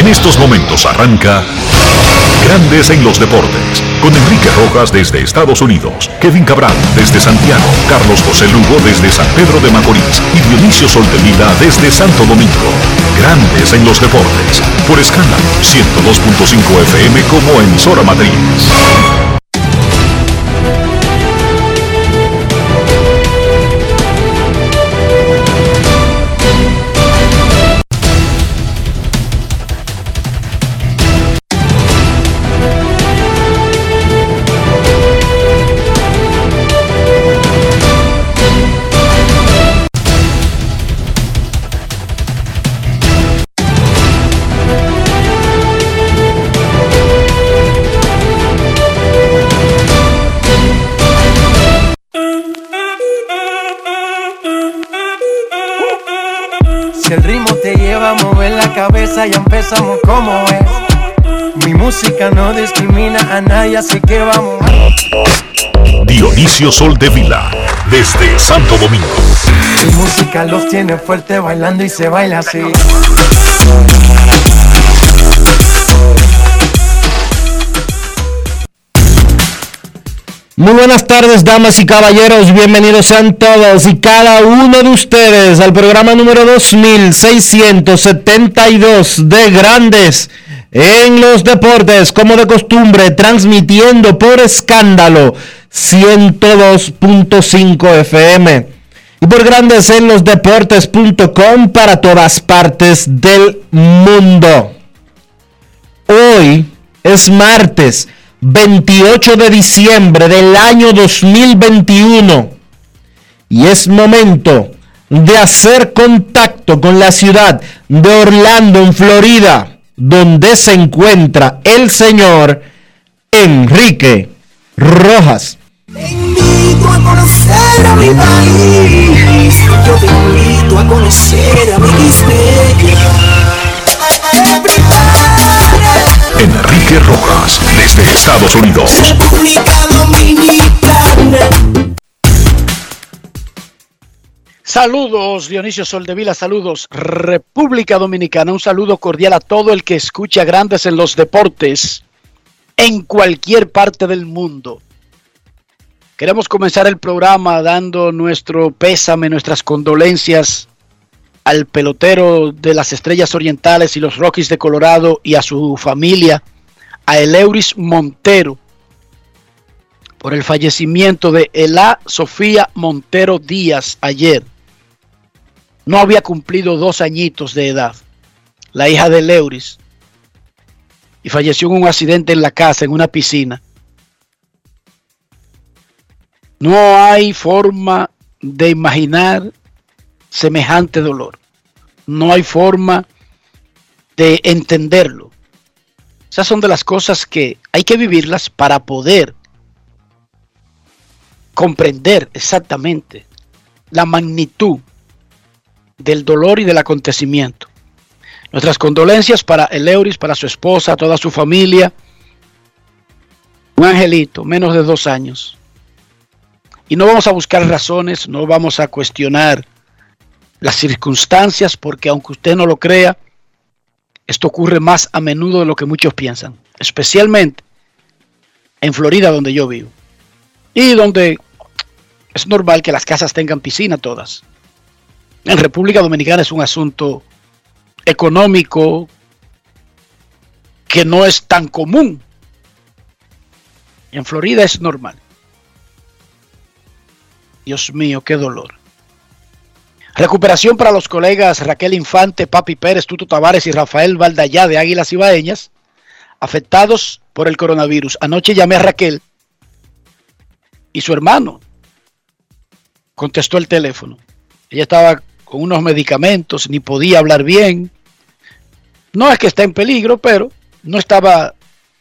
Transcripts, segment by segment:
En estos momentos arranca Grandes en los Deportes, con Enrique Rojas desde Estados Unidos, Kevin Cabral desde Santiago, Carlos José Lugo desde San Pedro de Macorís y Dionisio Soltevila desde Santo Domingo. Grandes en los Deportes, por Escándalo 102.5 FM como emisora matriz. El ritmo te lleva a mover la cabeza, ya empezamos como es. Mi música no discrimina a nadie, así que vamos. Dionisio Soltevila, desde Santo Domingo. Mi música los tiene fuerte bailando y se baila así. Muy buenas tardes, damas y caballeros, bienvenidos sean todos y cada uno de ustedes al programa número 2672 de Grandes en los Deportes, como de costumbre, transmitiendo por Escándalo 102.5 FM y por grandesenlosdeportes.com para todas partes del mundo. Hoy es martes 28 de diciembre del año 2021 y es momento de hacer contacto con la ciudad de Orlando, en Florida, donde se encuentra el señor Enrique Rojas. Te invito a conocer a mi país, yo te invito a conocer a mi Quispeya. Enrique Rojas, desde Estados Unidos. República Dominicana. Saludos, Dionisio Soldevila, saludos, República Dominicana. Un saludo cordial a todo el que escucha Grandes en los Deportes en cualquier parte del mundo. Queremos comenzar el programa dando nuestro pésame, nuestras condolencias al pelotero de las Estrellas Orientales y los Rockies de Colorado y a su familia, a Eleuris Montero, por el fallecimiento de Elá Sofía Montero Díaz ayer. No había cumplido 2 añitos de edad, la hija de Eleuris, y falleció en un accidente en la casa, en una piscina. No hay forma de imaginar semejante dolor. No hay forma de entenderlo. Esas son de las cosas que hay que vivirlas para poder comprender exactamente la magnitud del dolor y del acontecimiento. Nuestras condolencias para Eleuris, para su esposa, toda su familia. Un angelito, menos de 2 años. Y no vamos a buscar razones, no vamos a cuestionar las circunstancias, porque aunque usted no lo crea, esto ocurre más a menudo de lo que muchos piensan, especialmente en Florida, donde yo vivo, y donde es normal que las casas tengan piscina todas. En República Dominicana es un asunto económico que no es tan común. En Florida es normal. Dios mío, qué dolor. Recuperación para los colegas Raquel Infante, Papi Pérez, Tuto Tavares y Rafael Valdallá de Águilas Ibaeñas, afectados por el coronavirus. Anoche llamé a Raquel y su hermano contestó el teléfono. Ella estaba con unos medicamentos, ni podía hablar bien. No es que esté en peligro, pero no estaba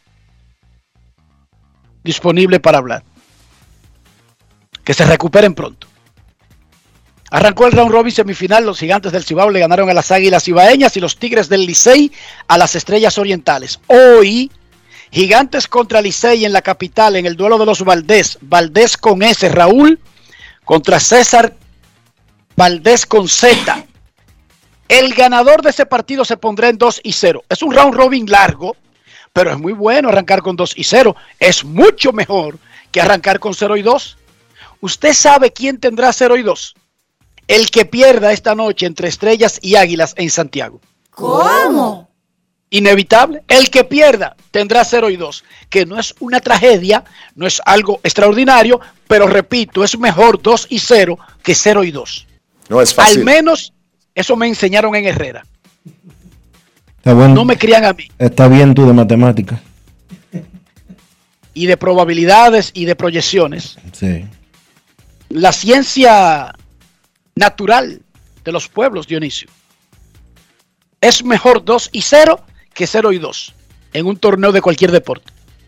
disponible para hablar. Que se recuperen pronto. Arrancó el round robin semifinal. Los Gigantes del Cibao le ganaron a las Águilas Ibaeñas y los Tigres del Licey a las Estrellas Orientales. Hoy, Gigantes contra Licey en la capital, en el duelo de los Valdés. Valdés con S, Raúl, contra César Valdés con Z. El ganador de ese partido se pondrá en 2-0. Es un round robin largo, pero es muy bueno arrancar con 2-0. Es mucho mejor que arrancar con 0-2. ¿Usted sabe quién tendrá 0-2? El que pierda esta noche entre Estrellas y Águilas en Santiago. ¿Cómo? Inevitable. El que pierda tendrá 0-2, que no es una tragedia, no es algo extraordinario, pero repito, es mejor 2-0 que 0-2. No es fácil. Al menos eso me enseñaron en Herrera. Está bueno. No me crían a mí. Está bien tú de matemáticas. Y de probabilidades y de proyecciones. Sí. La ciencia natural de los pueblos, Dionisio. Es mejor 2-0 que 0-2 en un torneo de cualquier deporte.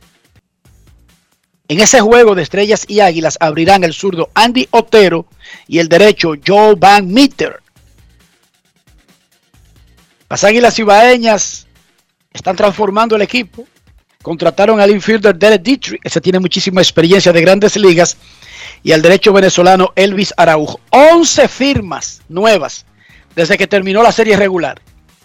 En ese juego de Estrellas y Águilas abrirán el zurdo Andy Otero y el derecho Joe Van Meter. Las Águilas Ibaeñas están transformando el equipo. Contrataron al infielder Derek Dietrich, ese tiene muchísima experiencia de grandes ligas, y al derecho venezolano Elvis Araujo. 11 firmas nuevas desde que terminó la serie regular.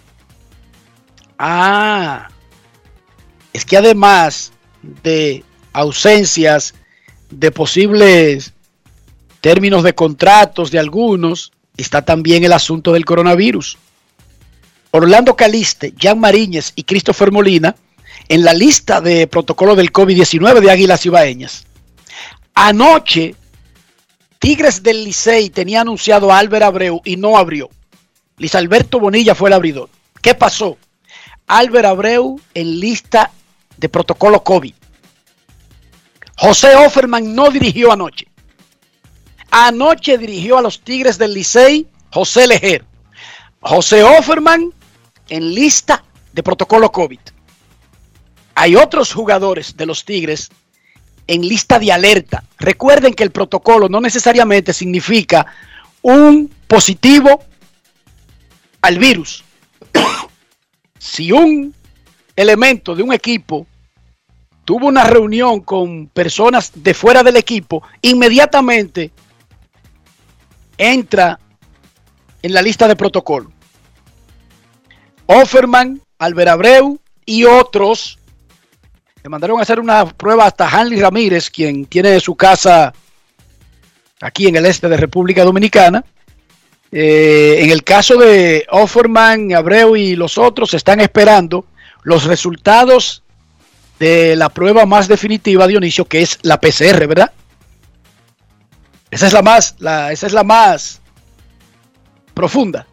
Es que además de ausencias, de posibles términos de contratos de algunos, está también el asunto del coronavirus. Orlando Caliste, Jan Mariñez y Christopher Molina en la lista de protocolo del COVID-19 de Águilas Ibaeñas. Anoche, Tigres del Licey tenía anunciado a Albert Abreu y no abrió. Luis Alberto Bonilla fue el abridor. ¿Qué pasó? Albert Abreu en lista de protocolo COVID. José Offerman no dirigió anoche. Anoche dirigió a los Tigres del Licey José Lejer. José Offerman en lista de protocolo COVID. Hay otros jugadores de los Tigres en lista de alerta. Recuerden que el protocolo no necesariamente significa un positivo al virus. Si un elemento de un equipo tuvo una reunión con personas de fuera del equipo, inmediatamente entra en la lista de protocolo. Offerman, Albert Abreu y otros le mandaron a hacer una prueba hasta Hanley Ramírez, quien tiene su casa aquí en el este de República Dominicana. En el caso de Offerman, Abreu y los otros, están esperando los resultados de la prueba más definitiva, Dionisio, que es la PCR, ¿verdad? Esa es la más profunda.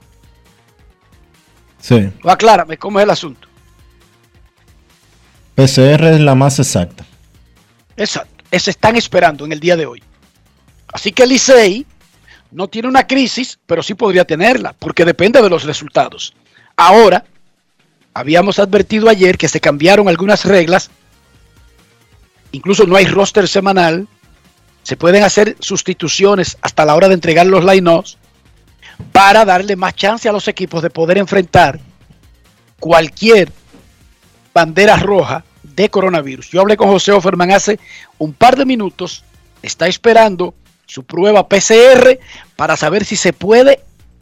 Sí. Aclárame cómo es el asunto. PCR es la más exacta. Exacto. Se están esperando en el día de hoy. Así que el Licey no tiene una crisis, pero sí podría tenerla, porque depende de los resultados. Ahora, habíamos advertido ayer que se cambiaron algunas reglas. Incluso no hay roster semanal. Se pueden hacer sustituciones hasta la hora de entregar los line-ups para darle más chance a los equipos de poder enfrentar cualquier bandera roja de coronavirus. Yo hablé con José Offerman hace un par de minutos. Está esperando su prueba PCR para saber si se puede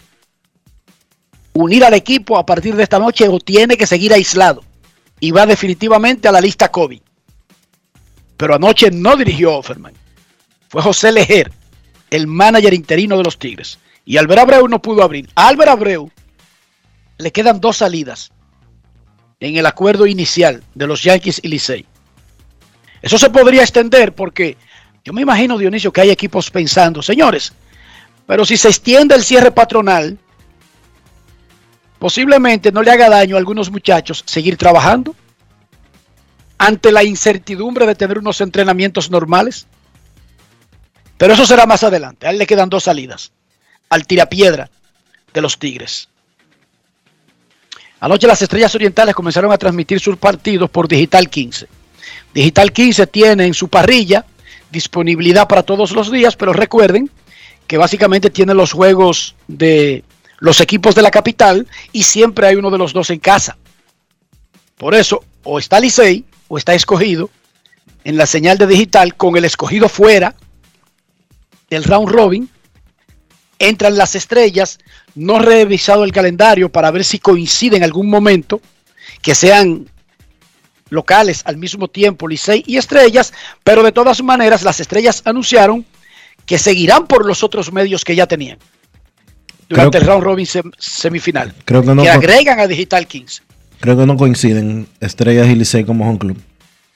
unir al equipo a partir de esta noche o tiene que seguir aislado y va definitivamente a la lista COVID. Pero anoche no dirigió Offerman. Fue José Lejer, el manager interino de los Tigres. Y Albert Abreu no pudo abrir. A Albert Abreu le quedan 2 salidas en el acuerdo inicial de los Yankees y Licey. Eso se podría extender porque yo me imagino, Dionisio, que hay equipos pensando, señores, pero si se extiende el cierre patronal, posiblemente no le haga daño a algunos muchachos seguir trabajando ante la incertidumbre de tener unos entrenamientos normales. Pero eso será más adelante. A él le quedan 2 salidas al tirapiedra de los Tigres. Anoche las Estrellas Orientales comenzaron a transmitir sus partidos por Digital 15. Digital 15 tiene en su parrilla disponibilidad para todos los días, pero recuerden que básicamente tiene los juegos de los equipos de la capital y siempre hay uno de los dos en casa. Por eso, o está Licey o está Escogido en la señal de Digital, con el Escogido fuera del round robin entran las estrellas. No he revisado el calendario para ver si coincide en algún momento que sean locales al mismo tiempo, Licey y Estrellas, pero de todas maneras las Estrellas anunciaron que seguirán por los otros medios que ya tenían durante el round robin semifinal, creo que, no que agregan a Digital 15. Creo que no coinciden Estrellas y Licey como home club.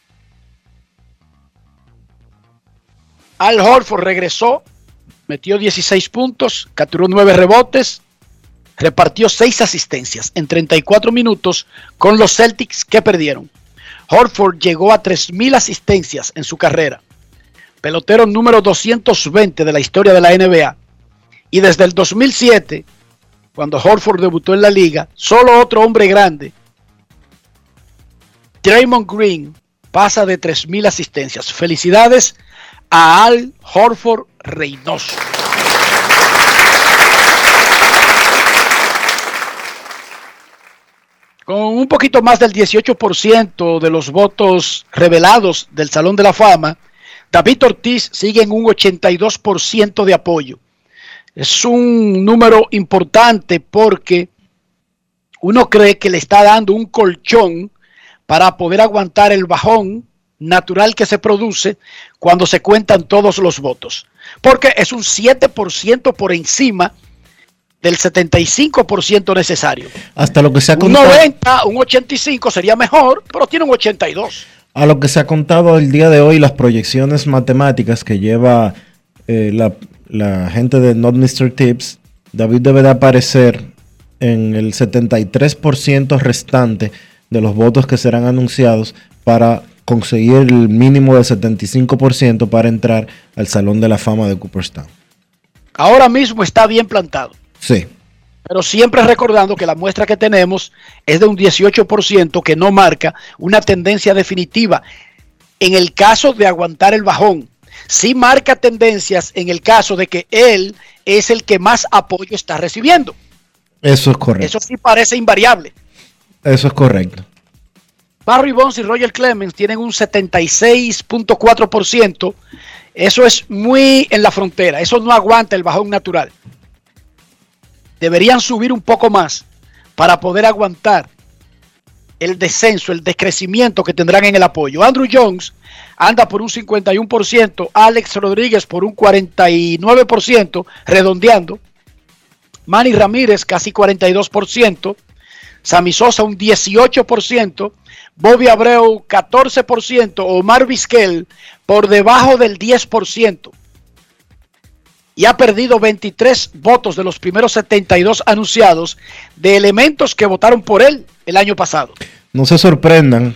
Al Horford regresó, metió 16 puntos, capturó 9 rebotes, repartió 6 asistencias en 34 minutos con los Celtics que perdieron. Horford llegó a 3,000 asistencias en su carrera, pelotero número 220 de la historia de la NBA. Y desde el 2007, cuando Horford debutó en la liga, solo otro hombre grande, Draymond Green, pasa de 3,000 asistencias. Felicidades a Al Horford Reynoso. Con un poquito más del 18% de los votos revelados del Salón de la Fama, David Ortiz sigue en un 82% de apoyo. Es un número importante porque uno cree que le está dando un colchón para poder aguantar el bajón natural que se produce cuando se cuentan todos los votos. Porque es un 7% por encima del 75% necesario. Hasta lo que se ha contado. Un 90, un 85 sería mejor, pero tiene un 82. A lo que se ha contado el día de hoy, las proyecciones matemáticas que lleva la gente de Not Mr. Tips, David debe de aparecer en el 73% restante de los votos que serán anunciados para conseguir el mínimo del 75% para entrar al Salón de la Fama de Cooperstown. Ahora mismo está bien plantado. Sí. Pero siempre recordando que la muestra que tenemos es de un 18% que no marca una tendencia definitiva en el caso de aguantar el bajón. Sí marca tendencias en el caso de que él es el que más apoyo está recibiendo. Eso es correcto. Eso sí parece invariable. Eso es correcto. Barry Bonds y Roger Clemens tienen un 76.4%. Eso es muy en la frontera. Eso no aguanta el bajón natural. Deberían subir un poco más para poder aguantar el descenso, el decrecimiento que tendrán en el apoyo. Andrew Jones anda por un 51%, Alex Rodríguez por un 49%, redondeando. Manny Ramírez casi 42%, Sammy Sosa un 18%, Bobby Abreu 14%, Omar Vizquel por debajo del 10%. Y ha perdido 23 votos de los primeros 72 anunciados de elementos que votaron por él el año pasado. No se sorprendan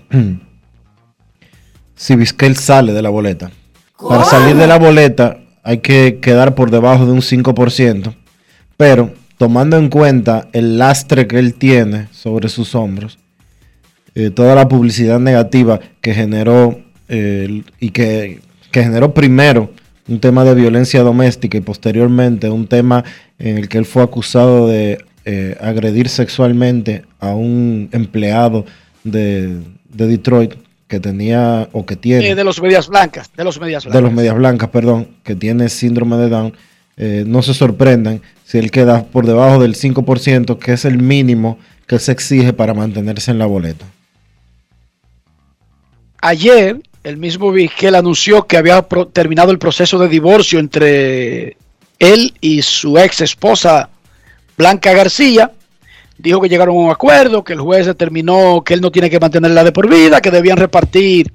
si Vizquel sale de la boleta. ¿Cómo? Para salir de la boleta hay que quedar por debajo de un 5%, pero tomando en cuenta el lastre que él tiene sobre sus hombros, toda la publicidad negativa que generó y que generó primero un tema de violencia doméstica y posteriormente un tema en el que él fue acusado de agredir sexualmente a un empleado de Detroit que tenía o que tiene... de los Medias Blancas. De los Medias Blancas, perdón, que tiene síndrome de Down. No se sorprendan si él queda por debajo del 5%, que es el mínimo que se exige para mantenerse en la boleta. Ayer, el mismo Vizquel anunció que había terminado el proceso de divorcio entre él y su ex esposa Blanca García. Dijo que llegaron a un acuerdo, que el juez determinó que él no tiene que mantenerla de por vida, que debían repartir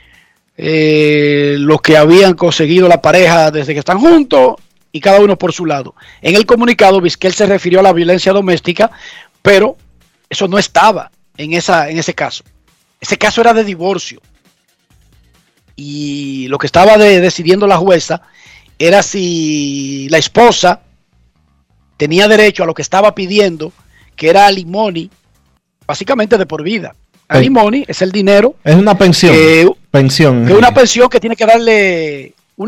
lo que habían conseguido la pareja desde que están juntos y cada uno por su lado. En el comunicado, Vizquel se refirió a la violencia doméstica, pero eso no estaba en ese caso. Ese caso era de divorcio. Y lo que estaba decidiendo la jueza era si la esposa tenía derecho a lo que estaba pidiendo, que era alimony, básicamente de por vida. Alimony es el dinero. Es una pensión. Una pensión que tiene que darle un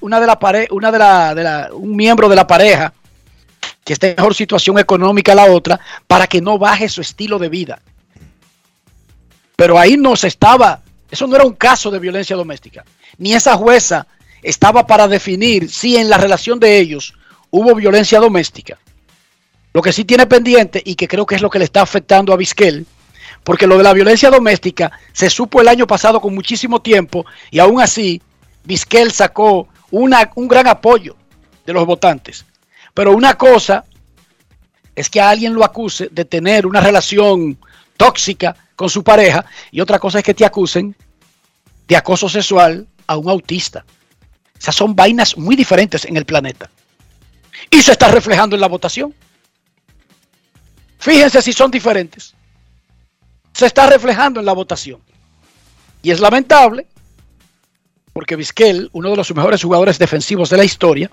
miembro de la pareja que esté en mejor situación económica a la otra para que no baje su estilo de vida. Pero ahí no se estaba. Eso no era un caso de violencia doméstica. Ni esa jueza estaba para definir si en la relación de ellos hubo violencia doméstica. Lo que sí tiene pendiente y que creo que es lo que le está afectando a Vizquel, porque lo de la violencia doméstica se supo el año pasado con muchísimo tiempo y aún así Vizquel sacó un gran apoyo de los votantes. Pero una cosa es que a alguien lo acuse de tener una relación tóxica con su pareja y otra cosa es que te acusen de acoso sexual a un autista. Esas son vainas muy diferentes en el planeta. Y se está reflejando en la votación. Fíjense si son diferentes. Se está reflejando en la votación. Y es lamentable porque Vizquel, uno de los mejores jugadores defensivos de la historia,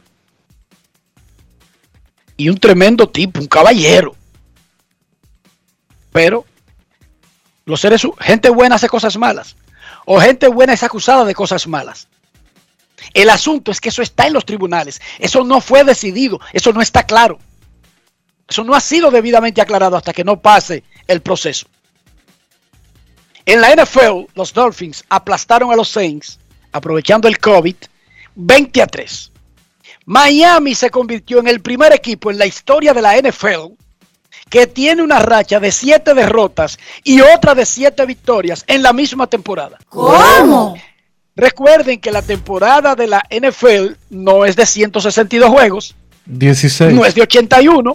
y un tremendo tipo, un caballero. Pero gente buena hace cosas malas. O gente buena es acusada de cosas malas. El asunto es que eso está en los tribunales. Eso no fue decidido. Eso no está claro. Eso no ha sido debidamente aclarado hasta que no pase el proceso. En la NFL, los Dolphins aplastaron a los Saints, aprovechando el COVID, 20-3. Miami se convirtió en el primer equipo en la historia de la NFL que tiene una racha de 7 derrotas y otra de 7 victorias en la misma temporada. ¿Cómo? Recuerden que la temporada de la NFL no es de 162 juegos. 16. No es de 81.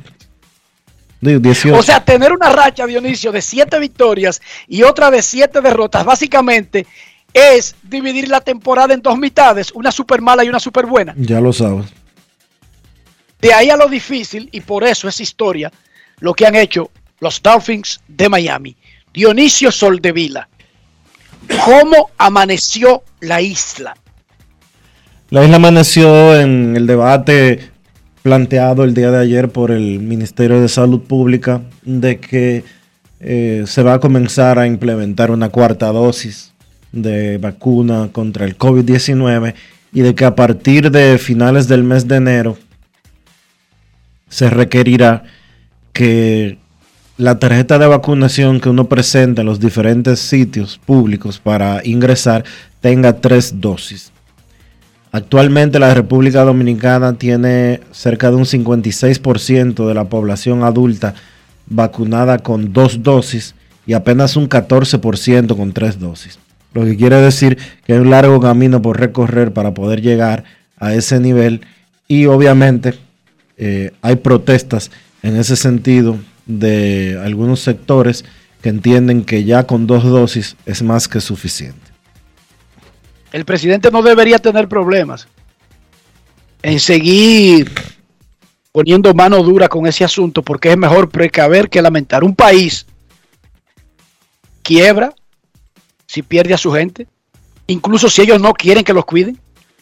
18. O sea, tener una racha, Dionisio, de 7 victorias y otra de 7 derrotas, básicamente es dividir la temporada en 2 mitades, una super mala y una super buena. Ya lo sabes. De ahí a lo difícil, y por eso es historia, lo que han hecho los Dolphins de Miami. Dionisio Soldevila, ¿cómo amaneció la isla? La isla amaneció en el debate planteado el día de ayer por el Ministerio de Salud Pública de que se va a comenzar a implementar una 4ª dosis de vacuna contra el COVID-19 y de que a partir de finales del mes de enero se requerirá que la tarjeta de vacunación que uno presenta en los diferentes sitios públicos para ingresar tenga 3 dosis. Actualmente la República Dominicana tiene cerca de un 56% de la población adulta vacunada con 2 dosis y apenas un 14% con 3 dosis. Lo que quiere decir que hay un largo camino por recorrer para poder llegar a ese nivel y obviamente hay protestas en ese sentido de algunos sectores que entienden que ya con 2 dosis es más que suficiente. El presidente no debería tener problemas en seguir poniendo mano dura con ese asunto porque es mejor precaver que lamentar. Un país quiebra si pierde a su gente, incluso si ellos no quieren que los cuiden.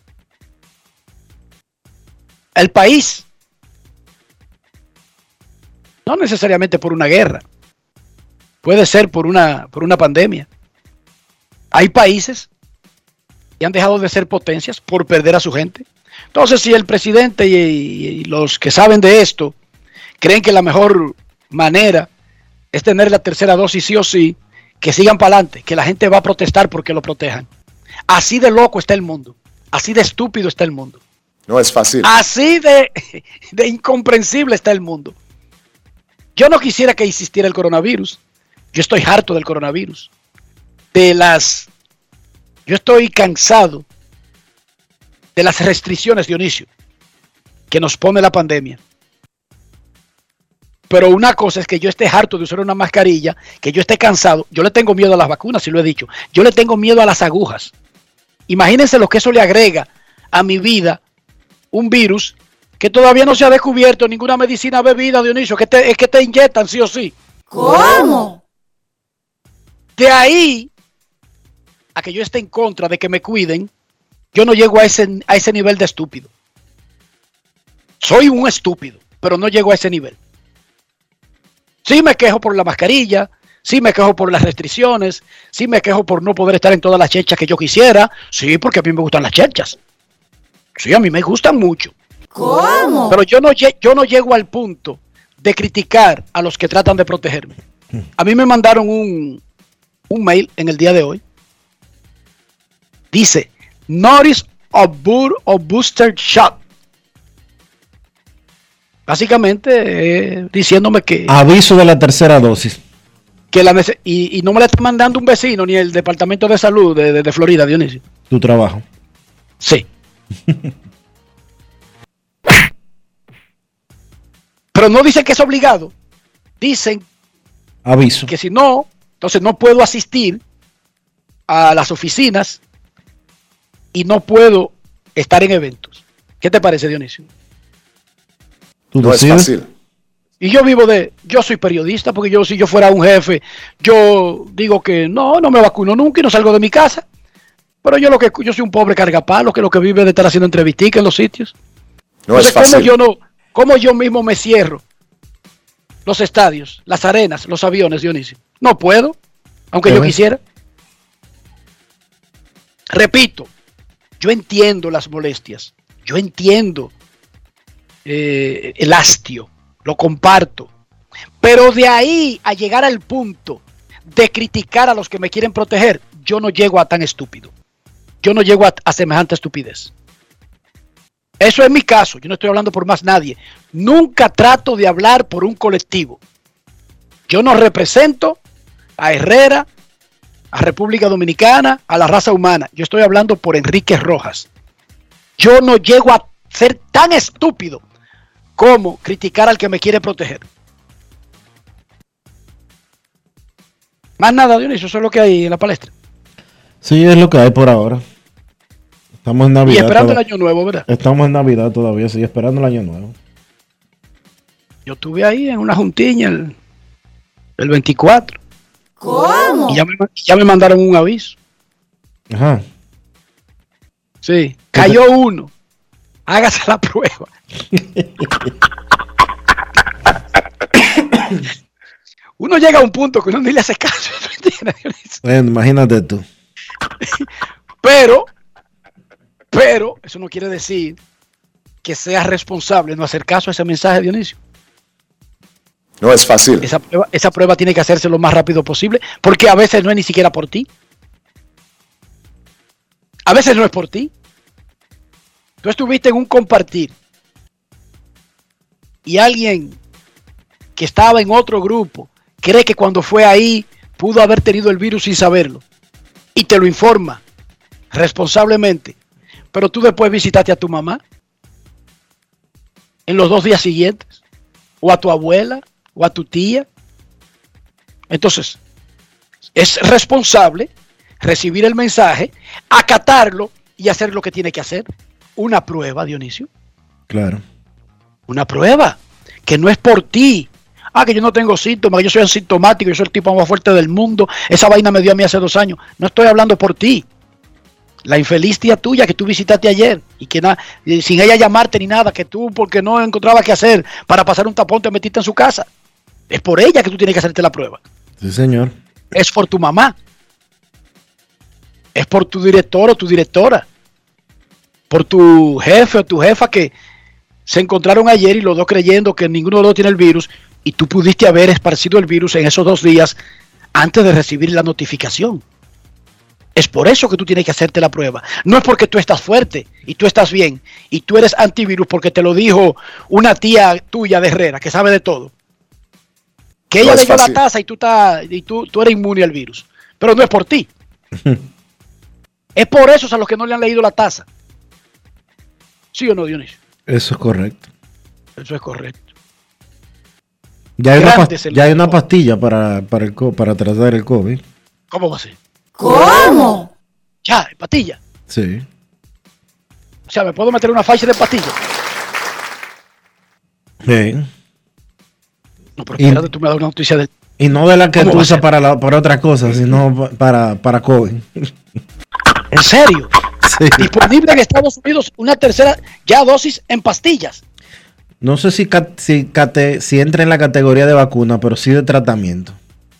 El país, no necesariamente por una guerra, puede ser por una pandemia. Hay países que han dejado de ser potencias por perder a su gente. Entonces, si el presidente y los que saben de esto creen que la mejor manera es tener la 3ª dosis sí o sí, que sigan para adelante, que la gente va a protestar porque lo protejan. Así de loco está el mundo, así de estúpido está el mundo. No es fácil. Así de incomprensible está el mundo. Yo no quisiera que existiera el coronavirus. Yo estoy harto del coronavirus. Yo estoy cansado de las restricciones, Dionisio, que nos pone la pandemia. Pero una cosa es que yo esté harto de usar una mascarilla, que yo esté cansado. Yo le tengo miedo a las vacunas, si lo he dicho. Yo le tengo miedo a las agujas. Imagínense lo que eso le agrega a mi vida, un virus que todavía no se ha descubierto ninguna medicina bebida, Dionisio, es que te inyectan sí o sí. ¿Cómo? De ahí a que yo esté en contra de que me cuiden, yo no llego a ese nivel de estúpido. Soy un estúpido, pero no llego a ese nivel. Sí me quejo por la mascarilla, sí me quejo por las restricciones, sí me quejo por no poder estar en todas las cherchas que yo quisiera, sí, porque a mí me gustan las cherchas. Sí, a mí me gustan mucho. ¿Cómo? Pero yo no llego al punto de criticar a los que tratan de protegerme. A mí me mandaron un mail en el día de hoy. Dice, Notice of Booster Shot. Básicamente diciéndome que... Aviso de la tercera dosis. Y no me la está mandando un vecino ni el Departamento de Salud de Florida, Dionisio. Tu trabajo. Sí. Pero no dicen que es obligado. Dicen Aviso. que si no, entonces no puedo asistir a las oficinas y no puedo estar en eventos. ¿Qué te parece, Dionisio? ¿Tú No es decides? fácil. Y yo soy periodista, porque si yo fuera un jefe, yo digo que no me vacuno nunca y no salgo de mi casa. Pero yo soy un pobre cargapalo que lo que vive de estar haciendo entrevistas en los sitios. No es Entonces, fácil. ¿cómo yo mismo me cierro los estadios, las arenas, los aviones, Dionisio? No puedo, aunque yo quisiera. Repito, yo entiendo las molestias, yo entiendo el hastio, lo comparto, pero de ahí a llegar al punto de criticar a los que me quieren proteger, yo no llego a tan estúpido, yo no llego a semejante estupidez. Eso es mi caso, yo no estoy hablando por más nadie, nunca trato de hablar por un colectivo. Yo no represento a Herrera, a República Dominicana, a la raza humana. Yo estoy hablando por Enrique Rojas. Yo no llego a ser tan estúpido como criticar al que me quiere proteger. Más nada, Dionisio, eso es lo que hay en la palestra. Sí, es lo que hay por ahora. Estamos en Navidad. Y esperando el año nuevo, ¿verdad? Estamos en Navidad todavía, sí, esperando el año nuevo. Yo estuve ahí en una juntiña el 24. ¿Cómo? Y ya me mandaron un aviso. Ajá. Sí, cayó uno. Hágase la prueba. Uno llega a un punto que uno ni le hace caso. Bueno, imagínate tú. Pero, eso no quiere decir que seas responsable no hacer caso a ese mensaje, Dionisio. No es fácil. Esa prueba tiene que hacerse lo más rápido posible, porque a veces no es ni siquiera por ti. A veces no es por ti. Tú estuviste en un compartir y alguien que estaba en otro grupo cree que cuando fue ahí pudo haber tenido el virus sin saberlo y te lo informa responsablemente, pero tú después visitaste a tu mamá en los 2 días siguientes, o a tu abuela, o a tu tía. Entonces, es responsable recibir el mensaje, acatarlo y hacer lo que tiene que hacer. Una prueba, Dionisio. Claro. Una prueba que no es por ti. Que yo no tengo síntomas, que yo soy asintomático, yo soy el tipo más fuerte del mundo. Esa vaina me dio a mí hace 2 años. No estoy hablando por ti. La infeliz tía tuya que tú visitaste ayer y que sin ella llamarte ni nada, que tú porque no encontraba qué hacer para pasar un tapón te metiste en su casa. Es por ella que tú tienes que hacerte la prueba. Sí, señor. Es por tu mamá. Es por tu director o tu directora. Por tu jefe o tu jefa que se encontraron ayer y los dos creyendo que ninguno de los dos tiene el virus y tú pudiste haber esparcido el virus en esos 2 días antes de recibir la notificación. Es por eso que tú tienes que hacerte la prueba. No es porque tú estás fuerte y tú estás bien y tú eres antivirus porque te lo dijo una tía tuya de Herrera que sabe de todo. Que ella le dio la taza y tú eres inmune al virus. Pero no es por ti. Es por esos a los que no le han leído la taza. ¿Sí o no, Dionisio? Eso es correcto. Eso es correcto. Ya hay una pastilla para tratar el COVID. ¿Cómo va a ser? ¿Cómo? Ya, en pastilla. Sí. O sea, ¿me puedo meter una Pfizer de pastilla? Sí. No, pero espérate, tú me das una noticia del... Y no de la que ¿Cómo tú va a usas ser? para otra cosa, sino para COVID. ¿En serio? Sí. Disponible en Estados Unidos una tercera ya dosis en pastillas. No sé si entra en la categoría de vacuna, pero sí de tratamiento.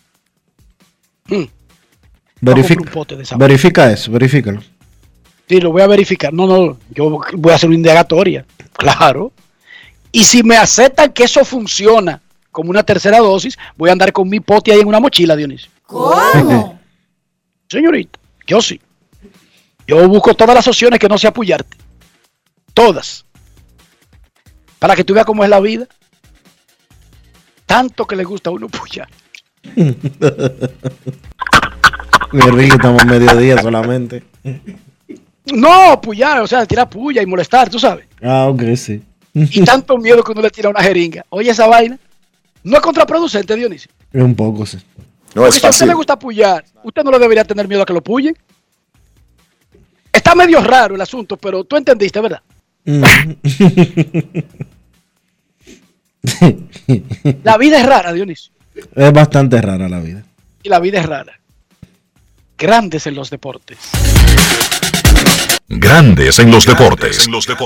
Verifica eso, verifícalo. Sí, lo voy a verificar. No, yo voy a hacer una indagatoria. Claro. Y si me aceptan que eso funciona como una tercera dosis, voy a andar con mi pote ahí en una mochila, Dionisio. ¿Cómo? Señorita, yo sí. Yo busco todas las opciones que no sea apoyarte. Todas. Para que tú veas cómo es la vida. Tanto que le gusta a uno puyar. Mi Enrique, estamos mediodía solamente. No, puyar, o sea, tirar puya y molestar, tú sabes. Ah, ok, sí. Y tanto miedo que uno le tira una jeringa. Oye, esa vaina no es contraproducente, Dionisio. Es un poco, sí. No Porque es si a usted fácil. le gusta puyar, usted no le debería tener miedo a que lo puyen. Está medio raro el asunto, pero tú entendiste, ¿verdad? La vida es rara, Dionisio. Es bastante rara la vida. Y la vida es rara. Grandes en los deportes. Grandes en los deportes.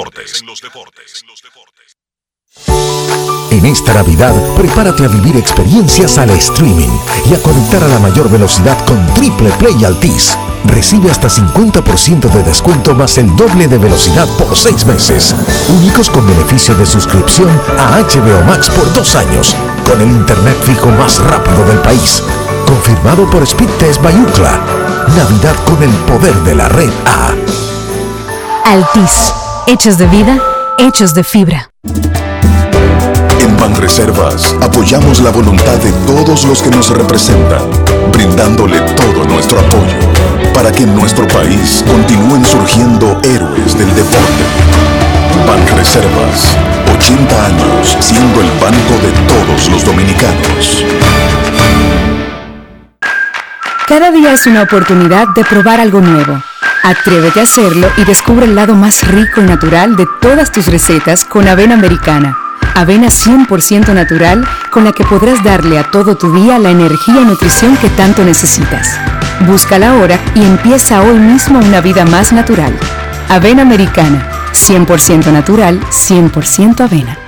En esta Navidad, prepárate a vivir experiencias al streaming y a conectar a la mayor velocidad con Triple Play Altis. Recibe hasta 50% de descuento más el doble de velocidad por 6 meses. Únicos con beneficio de suscripción a HBO Max por 2 años, con el internet fijo más rápido del país. Confirmado por Speedtest by Ookla. Navidad con el poder de la red A. Altis, hechos de vida, hechos de fibra. En Banreservas apoyamos la voluntad de todos los que nos representan, brindándole todo nuestro apoyo para que en nuestro país continúen surgiendo héroes del deporte. Banreservas, 80 años siendo el banco de todos los dominicanos. Cada día es una oportunidad de probar algo nuevo. Atrévete a hacerlo y descubre el lado más rico y natural de todas tus recetas con avena americana. Avena 100% natural con la que podrás darle a todo tu día la energía y nutrición que tanto necesitas. Búscala ahora y empieza hoy mismo una vida más natural. Avena americana, 100% natural, 100% avena.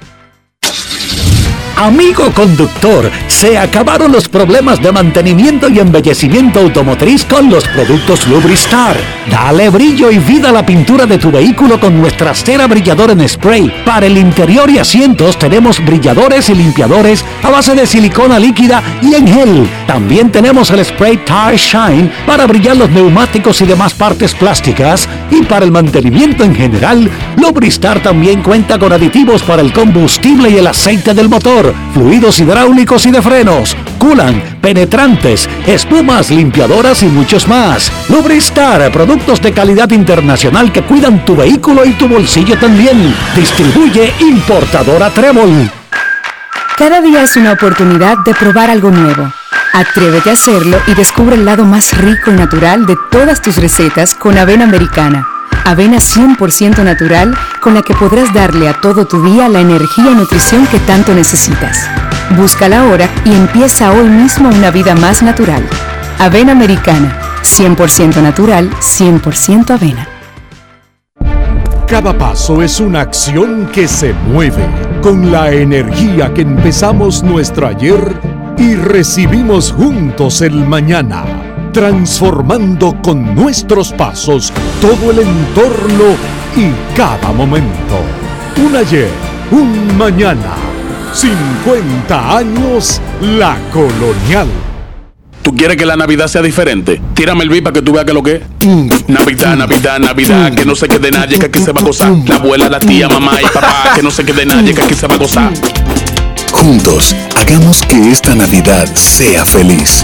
Amigo conductor, se acabaron los problemas de mantenimiento y embellecimiento automotriz con los productos Lubristar. Dale brillo y vida a la pintura de tu vehículo con nuestra cera brilladora en spray. Para el interior y asientos tenemos brilladores y limpiadores a base de silicona líquida y en gel. También tenemos el spray Tire Shine para brillar los neumáticos y demás partes plásticas. Y para el mantenimiento en general, Lubristar también cuenta con aditivos para el combustible y el aceite del motor, fluidos hidráulicos y de frenos, culan, penetrantes, espumas, limpiadoras y muchos más. Lubristar, productos de calidad internacional que cuidan tu vehículo y tu bolsillo también. Distribuye importadora Trébol. Cada día es una oportunidad de probar algo nuevo. Atrévete a hacerlo y descubre el lado más rico y natural de todas tus recetas con avena americana. Avena 100% natural con la que podrás darle a todo tu día la energía y nutrición que tanto necesitas. Búscala ahora y empieza hoy mismo una vida más natural. Avena americana, 100% natural, 100% avena. Cada paso es una acción que se mueve con la energía que empezamos nuestro ayer y recibimos juntos el mañana, transformando con nuestros pasos todo el entorno y cada momento. Un ayer, un mañana, 50 años La Colonial. ¿Tú quieres que la Navidad sea diferente? Tírame el beat para que tú veas que lo que es. Navidad, Navidad, Navidad, que no se quede nadie, que aquí se va a gozar. La abuela, la tía, mamá y papá, que no se quede nadie, que aquí se va a gozar. Juntos, hagamos que esta Navidad sea feliz.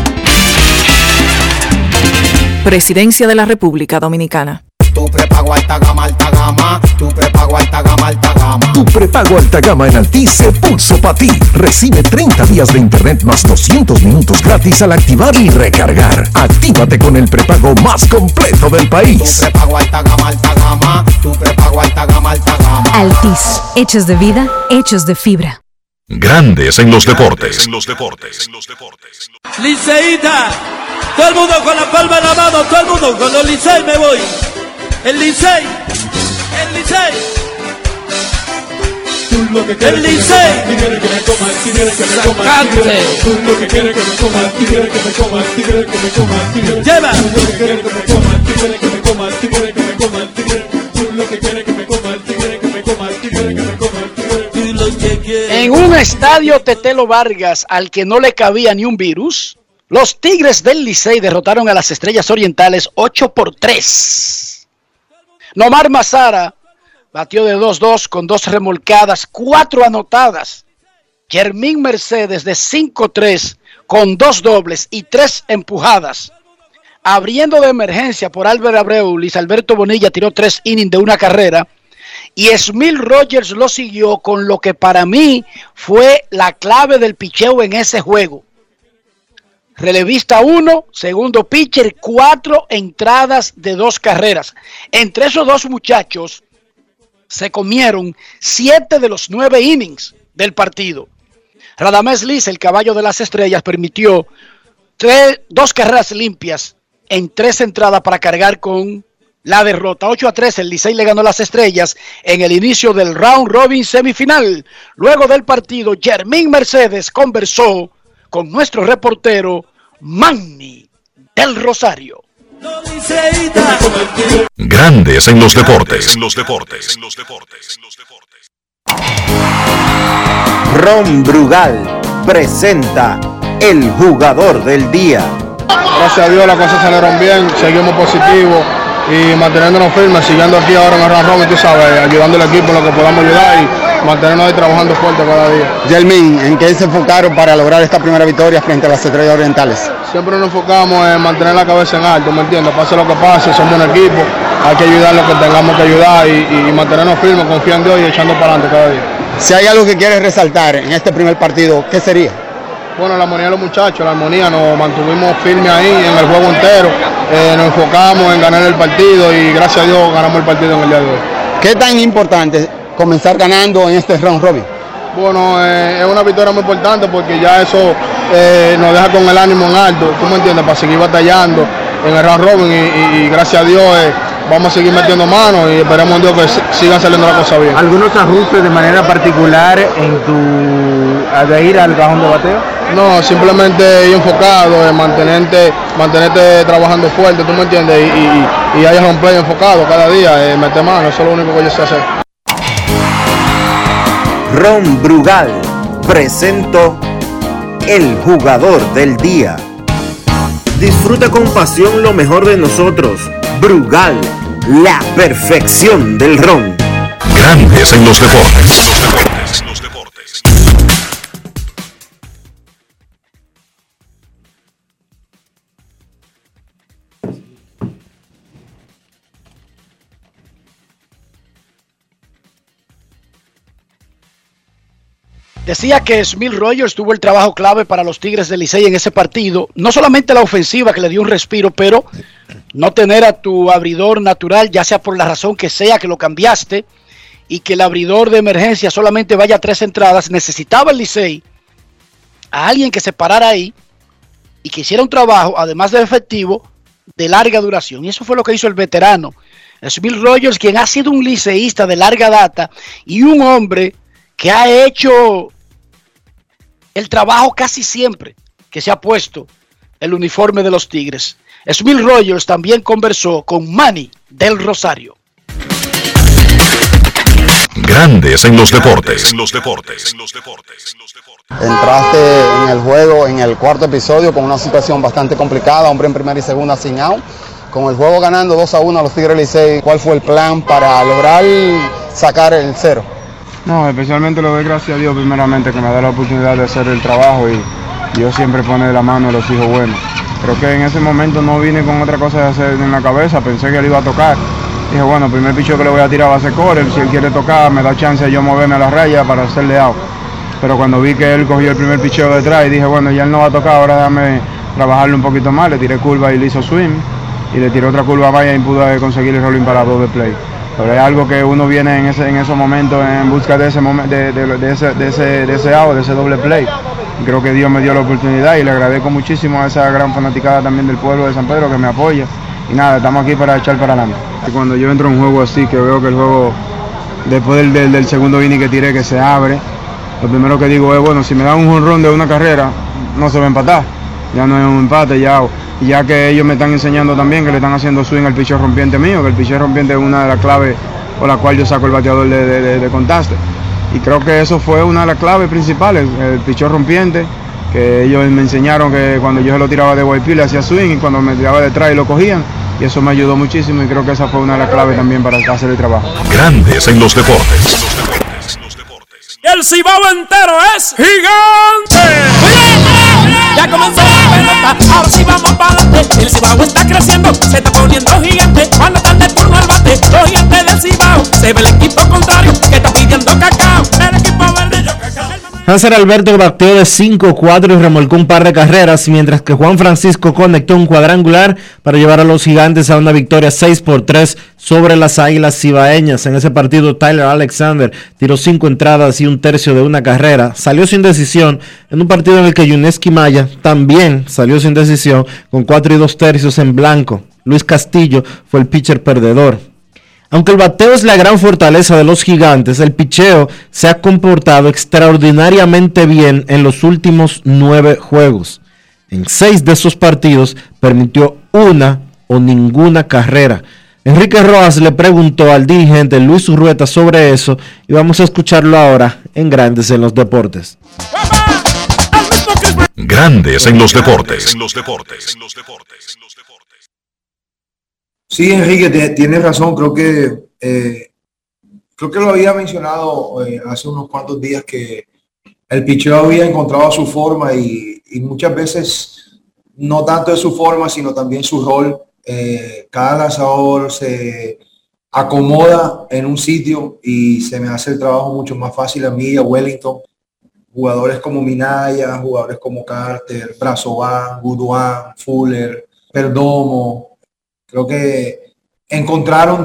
Presidencia de la República Dominicana. Tu prepago alta gama, alta gama. Tu prepago alta gama, alta gama. Tu prepago alta gama en Altis se puso para ti. Recibe 30 días de internet más 200 minutos gratis al activar y recargar. Actívate con el prepago más completo del país. Tu prepago alta gama, alta gama. Tu prepago alta gama, alta gama. Altis, hechos de vida, hechos de fibra. Grandes en los deportes. Liceíta, todo el mundo con la palma en la mano, todo el mundo con el Licey me voy. El Licey, el Licey. Tú lo que quieres, el Licey. Si quieres que me comas, si quieres que me comas. Tú lo que quieres que me comas, si quieres que me comas, si quieres que me comas. Lleva. Tú lo que quieres que me comas, si quieres que me comas, si quieres que me comas. Tú lo que quieres que me comas, si quieres que me comas, si quieres que me comas. En un estadio Tetelo Vargas al que no le cabía ni un virus, los Tigres del Licey derrotaron a las Estrellas Orientales 8-3. Nomar Mazara batió de 2-2 con 2 remolcadas, 4 anotadas. Yermín Mercedes de 5-3 con 2 dobles y 3 empujadas. Abriendo de emergencia por Albert Abreu, Luis Alberto Bonilla tiró 3 innings de una carrera. Y Smil Rogers lo siguió con lo que para mí fue la clave del picheo en ese juego. Relevista 1, segundo pitcher, 4 entradas de 2 carreras. Entre esos dos muchachos se comieron 7 de los 9 innings del partido. Radamés Liz, el caballo de las estrellas, permitió 2 carreras limpias en 3 entradas para cargar con la derrota. 8-3, el Licey le ganó a las estrellas en el inicio del round robin semifinal. Luego del partido, Yermín Mercedes conversó con nuestro reportero Manny del Rosario. Grandes en los deportes. Ron Brugal presenta el jugador del día. Gracias a Dios las cosas salieron bien, seguimos positivos y manteniéndonos firmes, siguiendo aquí ahora en el round robin, tú sabes, ayudando al equipo en lo que podamos ayudar y mantenernos ahí trabajando fuerte cada día. Yermín, ¿en qué se enfocaron para lograr esta primera victoria frente a las Estrellas Orientales? Siempre nos enfocamos en mantener la cabeza en alto, ¿me entiendes? Pase lo que pase, somos un equipo, hay que ayudar lo que tengamos que ayudar y mantenernos firmes, confiar en Dios y echando para adelante cada día. Si hay algo que quieres resaltar en este primer partido, ¿qué sería? Bueno, la armonía de los muchachos, la armonía, nos mantuvimos firmes ahí en el juego entero, nos enfocamos en ganar el partido y gracias a Dios ganamos el partido en el día de hoy. ¿Qué tan importante comenzar ganando en este round robin? Bueno, es una victoria muy importante porque ya eso nos deja con el ánimo en alto, ¿tú me entiendes? Para seguir batallando en el round robin y gracias a Dios vamos a seguir metiendo manos y esperemos en Dios que sigan saliendo las cosas bien. ¿Algunos ajustes de manera particular en tu de ir al cajón de bateo? No, simplemente ir enfocado, mantenerte trabajando fuerte, ¿tú me entiendes? Y hay un play enfocado cada día, meter mano, eso es lo único que yo sé hacer. Ron Brugal presentó el jugador del día. Disfruta con pasión lo mejor de nosotros. Brugal, la perfección del ron. Grandes en los deportes. Decía que Smil Rogers tuvo el trabajo clave para los Tigres del Licey en ese partido. No solamente la ofensiva que le dio un respiro, pero no tener a tu abridor natural, ya sea por la razón que sea que lo cambiaste, y que el abridor de emergencia solamente vaya a 3 entradas. Necesitaba el Licey a alguien que se parara ahí y que hiciera un trabajo, además de efectivo, de larga duración. Y eso fue lo que hizo el veterano Smil Rogers, quien ha sido un liceísta de larga data y un hombre que ha hecho el trabajo casi siempre que se ha puesto el uniforme de los Tigres. Smil Rogers también conversó con Manny del Rosario. Grandes en los deportes. Entraste en el juego en el cuarto episodio con una situación bastante complicada, hombre en primera y segunda sin out. Con el juego ganando 2-1 a los Tigres Licey, ¿cuál fue el plan para lograr sacar el 0? No, especialmente le doy gracias a Dios primeramente que me da la oportunidad de hacer el trabajo y Dios siempre pone la mano a los hijos buenos. Creo que en ese momento no vine con otra cosa de hacer en la cabeza, pensé que él iba a tocar. Dije, bueno, el primer picheo que le voy a tirar va a ser correr, si él quiere tocar me da chance de yo moverme a la raya para hacerle out. Pero cuando vi que él cogió el primer picheo detrás y dije, bueno, ya él no va a tocar, ahora déjame trabajarle un poquito más, le tiré curva y le hizo swing, y le tiré otra curva vaya y pude conseguir el rolling para doble play. Pero es algo que uno viene en esos momentos en busca de ese out, de ese doble play. Y creo que Dios me dio la oportunidad y le agradezco muchísimo a esa gran fanaticada también del pueblo de San Pedro que me apoya. Y nada, estamos aquí para echar para adelante. Y cuando yo entro en un juego así, que veo que el juego, después del segundo inning que tiré, que se abre, lo primero que digo es, bueno, si me dan un jonrón de una carrera, no se va a empatar. Ya no es un empate, ya que ellos me están enseñando también que le están haciendo swing al picheo rompiente mío, que el picheo rompiente es una de las claves por la cual yo saco el bateador de contaste. Y creo que eso fue una de las claves principales, el picheo rompiente, que ellos me enseñaron que cuando yo se lo tiraba de YP le hacía swing y cuando me tiraba detrás y lo cogían, y eso me ayudó muchísimo y creo que esa fue una de las claves también para hacer el trabajo. Grandes en los deportes. El Cibao entero es gigante. Ya comenzó la pelota, ahora sí vamos para adelante. El Cibao está creciendo, se está poniendo gigante. Cuando están de turno al bate, los gigantes del Cibao. Se ve el equipo contrario que está pidiendo cacao. El equipo verde yo cacao. Hanser Alberto bateó de 5-4 y remolcó un par de carreras, mientras que Juan Francisco conectó un cuadrangular para llevar a los gigantes a una victoria 6-3 sobre las Águilas Cibaeñas. En ese partido, Tyler Alexander tiró 5 entradas y 1/3 de una carrera. Salió sin decisión en un partido en el que Yuneski Maya también salió sin decisión con 4 2/3 en blanco. Luis Castillo fue el pitcher perdedor. Aunque el bateo es la gran fortaleza de los gigantes, el picheo se ha comportado extraordinariamente bien en los últimos 9 juegos. En 6 de esos partidos permitió una o ninguna carrera. Enrique Rojas le preguntó al dirigente Luis Urrueta sobre eso y vamos a escucharlo ahora en Grandes en los Deportes. Grandes en los deportes. Sí, Enrique, tienes razón. Creo que lo había mencionado hace unos cuantos días que el picheo había encontrado su forma y muchas veces no tanto de su forma, sino también su rol. Cada lanzador se acomoda en un sitio y se me hace el trabajo mucho más fácil a mí y a Wellington. Jugadores como Minaya, jugadores como Carter, Brazovan, Goodwin, Fuller, Perdomo. Creo que encontraron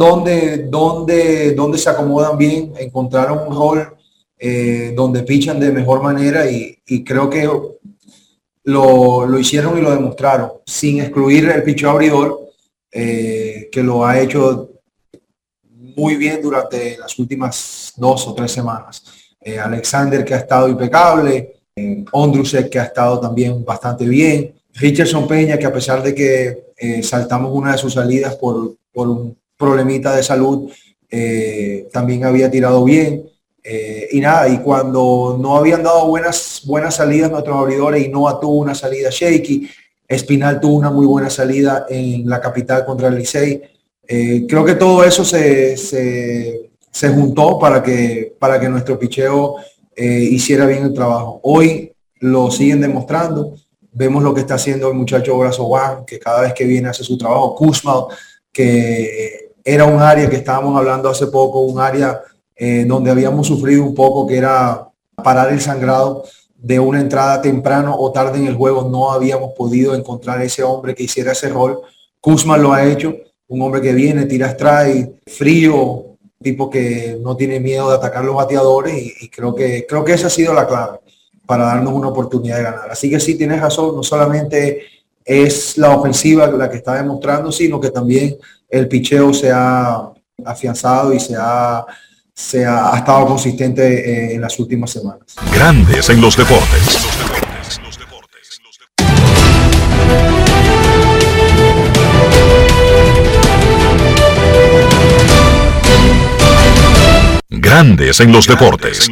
donde se acomodan bien, encontraron un rol donde pichan de mejor manera y creo que lo hicieron y lo demostraron, sin excluir el picheo abridor, que lo ha hecho muy bien durante las últimas 2 o 3 semanas. Alexander, que ha estado impecable, Ondrusek, que ha estado también bastante bien, Richardson Peña, que a pesar de que saltamos una de sus salidas por un problemita de salud, también había tirado bien. Y cuando no habían dado buenas salidas nuestros abridores, y Noah tuvo una salida shaky, Espinal tuvo una muy buena salida en la capital contra el Licey. Creo que todo eso se juntó para que nuestro picheo hiciera bien el trabajo. Hoy lo siguen demostrando. Vemos lo que está haciendo el muchacho Brazovan, que cada vez que viene hace su trabajo. Kuzma, que era un área que estábamos hablando hace poco, un área donde habíamos sufrido un poco, que era parar el sangrado de una entrada temprano o tarde en el juego. No habíamos podido encontrar ese hombre que hiciera ese rol. Kuzma lo ha hecho, un hombre que viene, tira strike, frío, tipo que no tiene miedo de atacar los bateadores y creo que esa ha sido la clave para darnos una oportunidad de ganar. Así que sí, tienes razón, no solamente es la ofensiva la que está demostrando, sino que también el picheo se ha afianzado y se ha estado consistente en las últimas semanas. Grandes en los deportes. Grandes en los deportes.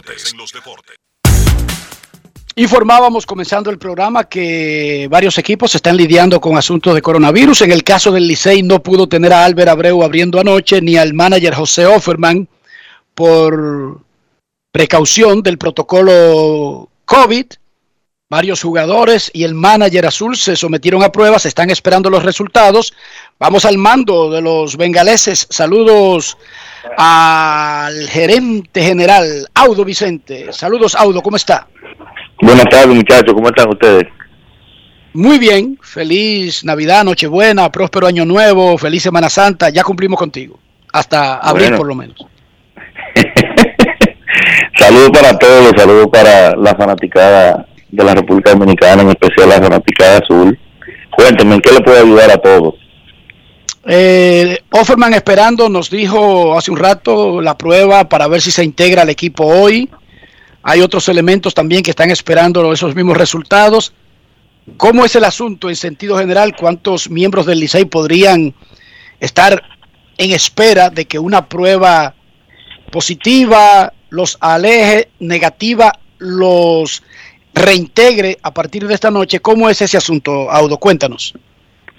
Informábamos comenzando el programa que varios equipos están lidiando con asuntos de coronavirus. En el caso del Licey no pudo tener a Albert Abreu abriendo anoche, ni al manager José Offerman por precaución del protocolo COVID. Varios jugadores y el manager azul se sometieron a pruebas, están esperando los resultados. Vamos al mando de los bengaleses. Saludos al gerente general, Audo Vicente. Saludos, Audo, ¿cómo está? Buenas tardes, muchachos, ¿cómo están ustedes? Muy bien, feliz Navidad, Nochebuena, próspero Año Nuevo, feliz Semana Santa. Ya cumplimos contigo, hasta abril por lo menos. Saludos para todos, saludos para la fanaticada de la República Dominicana, en especial la fanaticada azul. Cuéntenme, ¿en qué le puedo ayudar a todos? Offerman esperando, nos dijo hace un rato la prueba para ver si se integra al equipo hoy. Hay otros elementos también que están esperando esos mismos resultados. ¿Cómo es el asunto en sentido general? ¿Cuántos miembros del Licey podrían estar en espera de que una prueba positiva los aleje, negativa los reintegre a partir de esta noche? ¿Cómo es ese asunto, Audo? Cuéntanos.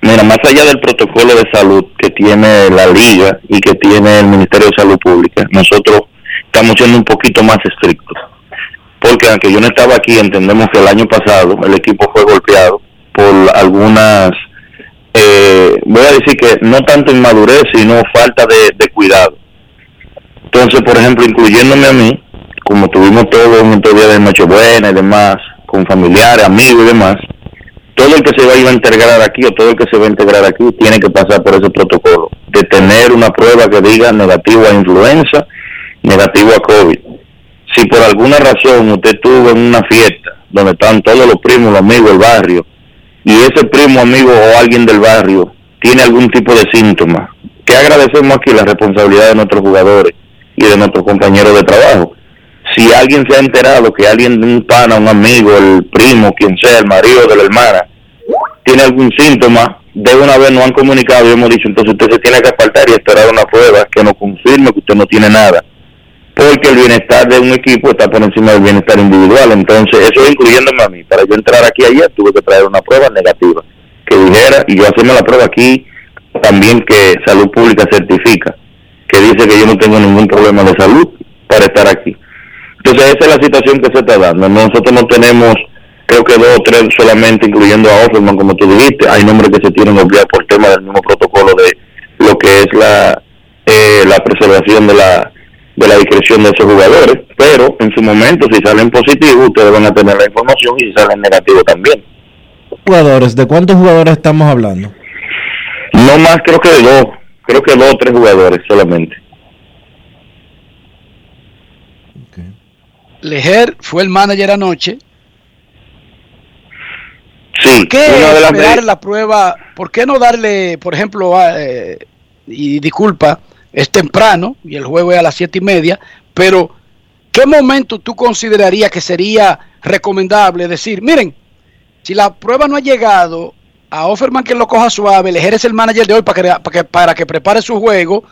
Mira, más allá del protocolo de salud que tiene la liga y que tiene el Ministerio de Salud Pública, nosotros estamos siendo un poquito más estrictos. Porque aunque yo no estaba aquí, entendemos que el año pasado el equipo fue golpeado por algunas, voy a decir que no tanto inmadurez, sino falta de cuidado. Entonces, por ejemplo, incluyéndome a mí, como tuvimos todos en estos días de Nochebuena y demás, con familiares, amigos y demás, todo el que se va a ir a integrar aquí o todo el que se va a integrar aquí tiene que pasar por ese protocolo de tener una prueba que diga negativo a influenza, negativo a COVID. Si por alguna razón usted estuvo en una fiesta donde están todos los primos, los amigos del barrio, y ese primo, amigo o alguien del barrio tiene algún tipo de síntoma, que agradecemos aquí la responsabilidad de nuestros jugadores y de nuestros compañeros de trabajo. Si alguien se ha enterado que alguien de un pana, un amigo, el primo, quien sea, el marido de la hermana, tiene algún síntoma, de una vez nos han comunicado y hemos dicho, entonces usted se tiene que apartar y esperar una prueba que nos confirme que usted no tiene nada. Porque el bienestar de un equipo está por encima del bienestar individual. Entonces, eso incluyéndome a mí. Para yo entrar aquí ayer, tuve que traer una prueba negativa que dijera, y yo hacerme la prueba aquí, también que Salud Pública certifica, que dice que yo no tengo ningún problema de salud para estar aquí. Entonces, esa es la situación que se está dando. Nosotros no tenemos, creo que 2 o 3 solamente, incluyendo a Offerman, como tú dijiste. Hay nombres que se tienen obviados por tema del mismo protocolo de lo que es la preservación de la discreción de esos jugadores, pero en su momento si salen positivos ustedes van a tener la información y si salen negativos también. Jugadores, ¿de cuántos jugadores estamos hablando? No más, creo que 2 o 3 jugadores solamente. Lejer fue el manager anoche. Sí. ¿Por qué esperar la prueba? ¿Por qué no darle, por ejemplo, y disculpa, es temprano y el juego es a las 7:30, pero ¿qué momento tú considerarías que sería recomendable decir, miren, si la prueba no ha llegado, a Offerman que lo coja suave, Lejer es el manager de hoy para que prepare su juego,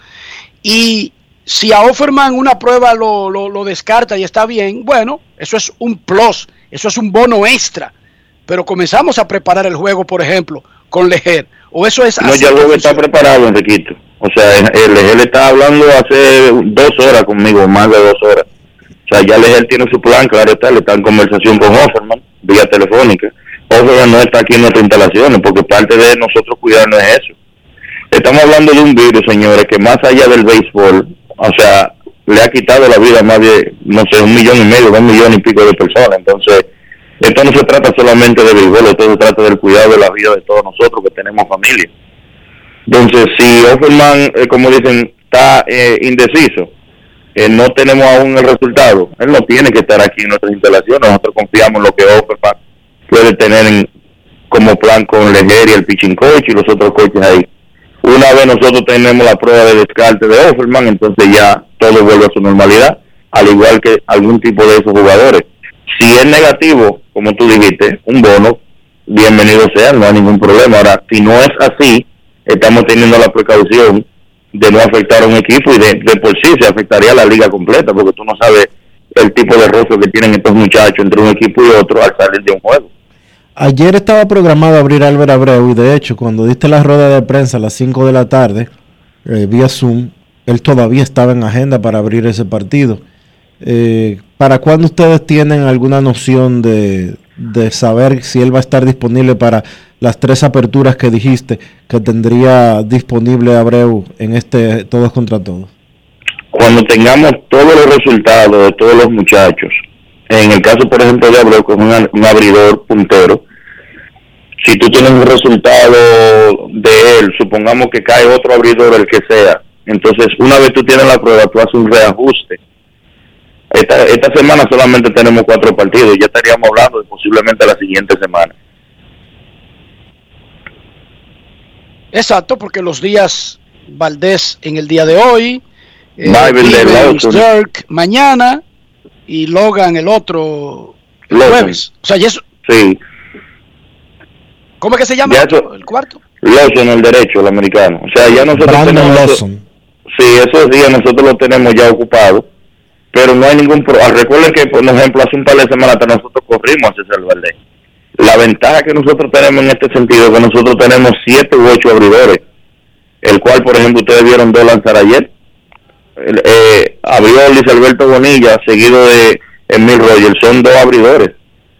y si a Offerman una prueba lo descarta y está bien, bueno, eso es un plus, eso es un bono extra, pero comenzamos a preparar el juego, por ejemplo, con Lejer, o eso es... No, ya el juego está preparado, Enriquito. O sea, él está hablando hace 2 horas conmigo, más de 2 horas. O sea, ya él tiene su plan, claro está, le está en conversación con Offerman, vía telefónica. Offerman no está aquí en nuestras instalaciones, porque parte de nosotros cuidarnos es eso. Estamos hablando de un virus, señores, que más allá del béisbol, o sea, le ha quitado la vida a más de, no sé, 1,5 millones, 2 millones y pico de personas. Entonces, esto no se trata solamente de béisbol, esto se trata del cuidado de la vida de todos nosotros que tenemos familia. Entonces, si Offerman, como dicen, está indeciso, no tenemos aún el resultado, él no tiene que estar aquí en nuestras instalaciones. Nosotros confiamos en lo que Offerman puede tener como plan con Lejer y el pitching coach y los otros coaches ahí. Una vez nosotros tenemos la prueba de descarte de Offerman, entonces ya todo vuelve a su normalidad, al igual que algún tipo de esos jugadores. Si es negativo, como tú dijiste, un bono, bienvenido sea, no hay ningún problema. Ahora, si no es así, estamos teniendo la precaución de no afectar a un equipo y de por sí se afectaría a la liga completa, porque tú no sabes el tipo de rostro que tienen estos muchachos entre un equipo y otro al salir de un juego. Ayer estaba programado abrir Álvaro Abreu y de hecho cuando diste la rueda de prensa a las 5 de la tarde vía Zoom, él todavía estaba en agenda para abrir ese partido. ¿Para cuándo ustedes tienen alguna noción de saber si él va a estar disponible para las 3 aperturas que dijiste que tendría disponible Abreu en este todos contra todos? Cuando tengamos todos los resultados de todos los muchachos, en el caso por ejemplo de Abreu, que es un abridor puntero, si tú tienes un resultado de él, supongamos que cae otro abridor, el que sea, entonces una vez tú tienes la prueba, tú haces un reajuste. Esta semana solamente tenemos 4 partidos, ya estaríamos hablando de posiblemente la siguiente semana. Exacto, porque los días Valdés en el día de hoy, Dirk mañana y Logan el otro jueves. O sea, y eso. Sí. ¿Cómo es que se llama el cuarto? Lawson, el derecho, el americano. O sea, ya nosotros tenemos. Sí, esos días nosotros los tenemos ya ocupados. Pero no hay ningún problema. Recuerden que, por ejemplo, hace un par de semanas nosotros corrimos a César Valdés. La ventaja que nosotros tenemos en este sentido es que nosotros tenemos 7 u 8 abridores, el cual, por ejemplo, ustedes vieron 2 lanzar ayer. Abrió Luis Alberto Bonilla, seguido de Emil Rogers, son 2 abridores,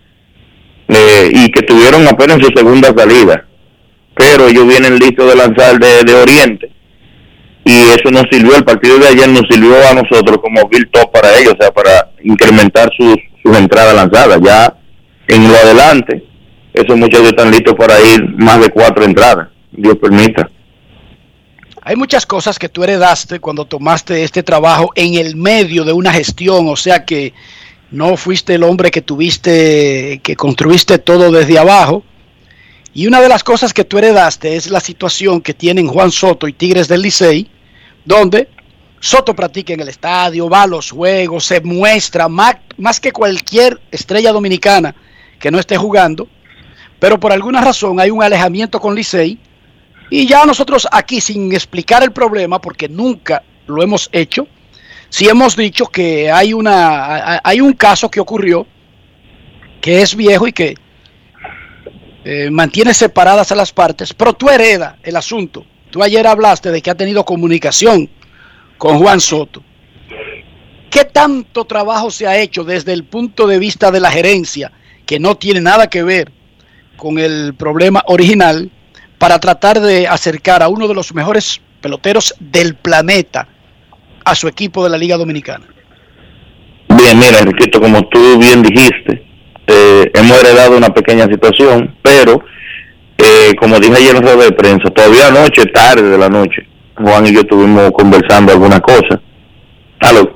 y que tuvieron apenas su segunda salida, pero ellos vienen listos de lanzar de Oriente, y eso nos sirvió, el partido de ayer nos sirvió a nosotros como build up para ellos, o sea, para incrementar sus entradas lanzadas. Ya en lo adelante, esos muchachos están listos para ir más de 4 entradas, Dios permita. Hay muchas cosas que tú heredaste cuando tomaste este trabajo en el medio de una gestión, o sea que no fuiste el hombre que construiste todo desde abajo. Y una de las cosas que tú heredaste es la situación que tienen Juan Soto y Tigres del Licey, donde Soto practica en el estadio, va a los juegos, se muestra más que cualquier estrella dominicana que no esté jugando, pero por alguna razón hay un alejamiento con Licey, y ya nosotros aquí, sin explicar el problema, porque nunca lo hemos hecho, sí hemos dicho que hay un caso que ocurrió, que es viejo y que mantiene separadas a las partes, pero tú heredas el asunto. Tú ayer hablaste de que ha tenido comunicación con Juan Soto. ¿Qué tanto trabajo se ha hecho desde el punto de vista de la gerencia, que no tiene nada que ver con el problema original, para tratar de acercar a uno de los mejores peloteros del planeta a su equipo de la Liga Dominicana? Bien, mira, Enriquito, como tú bien dijiste, hemos heredado una pequeña situación, pero como dije ayer en la rueda de prensa, todavía anoche, tarde de la noche, Juan y yo estuvimos conversando alguna cosa. ¿Aló?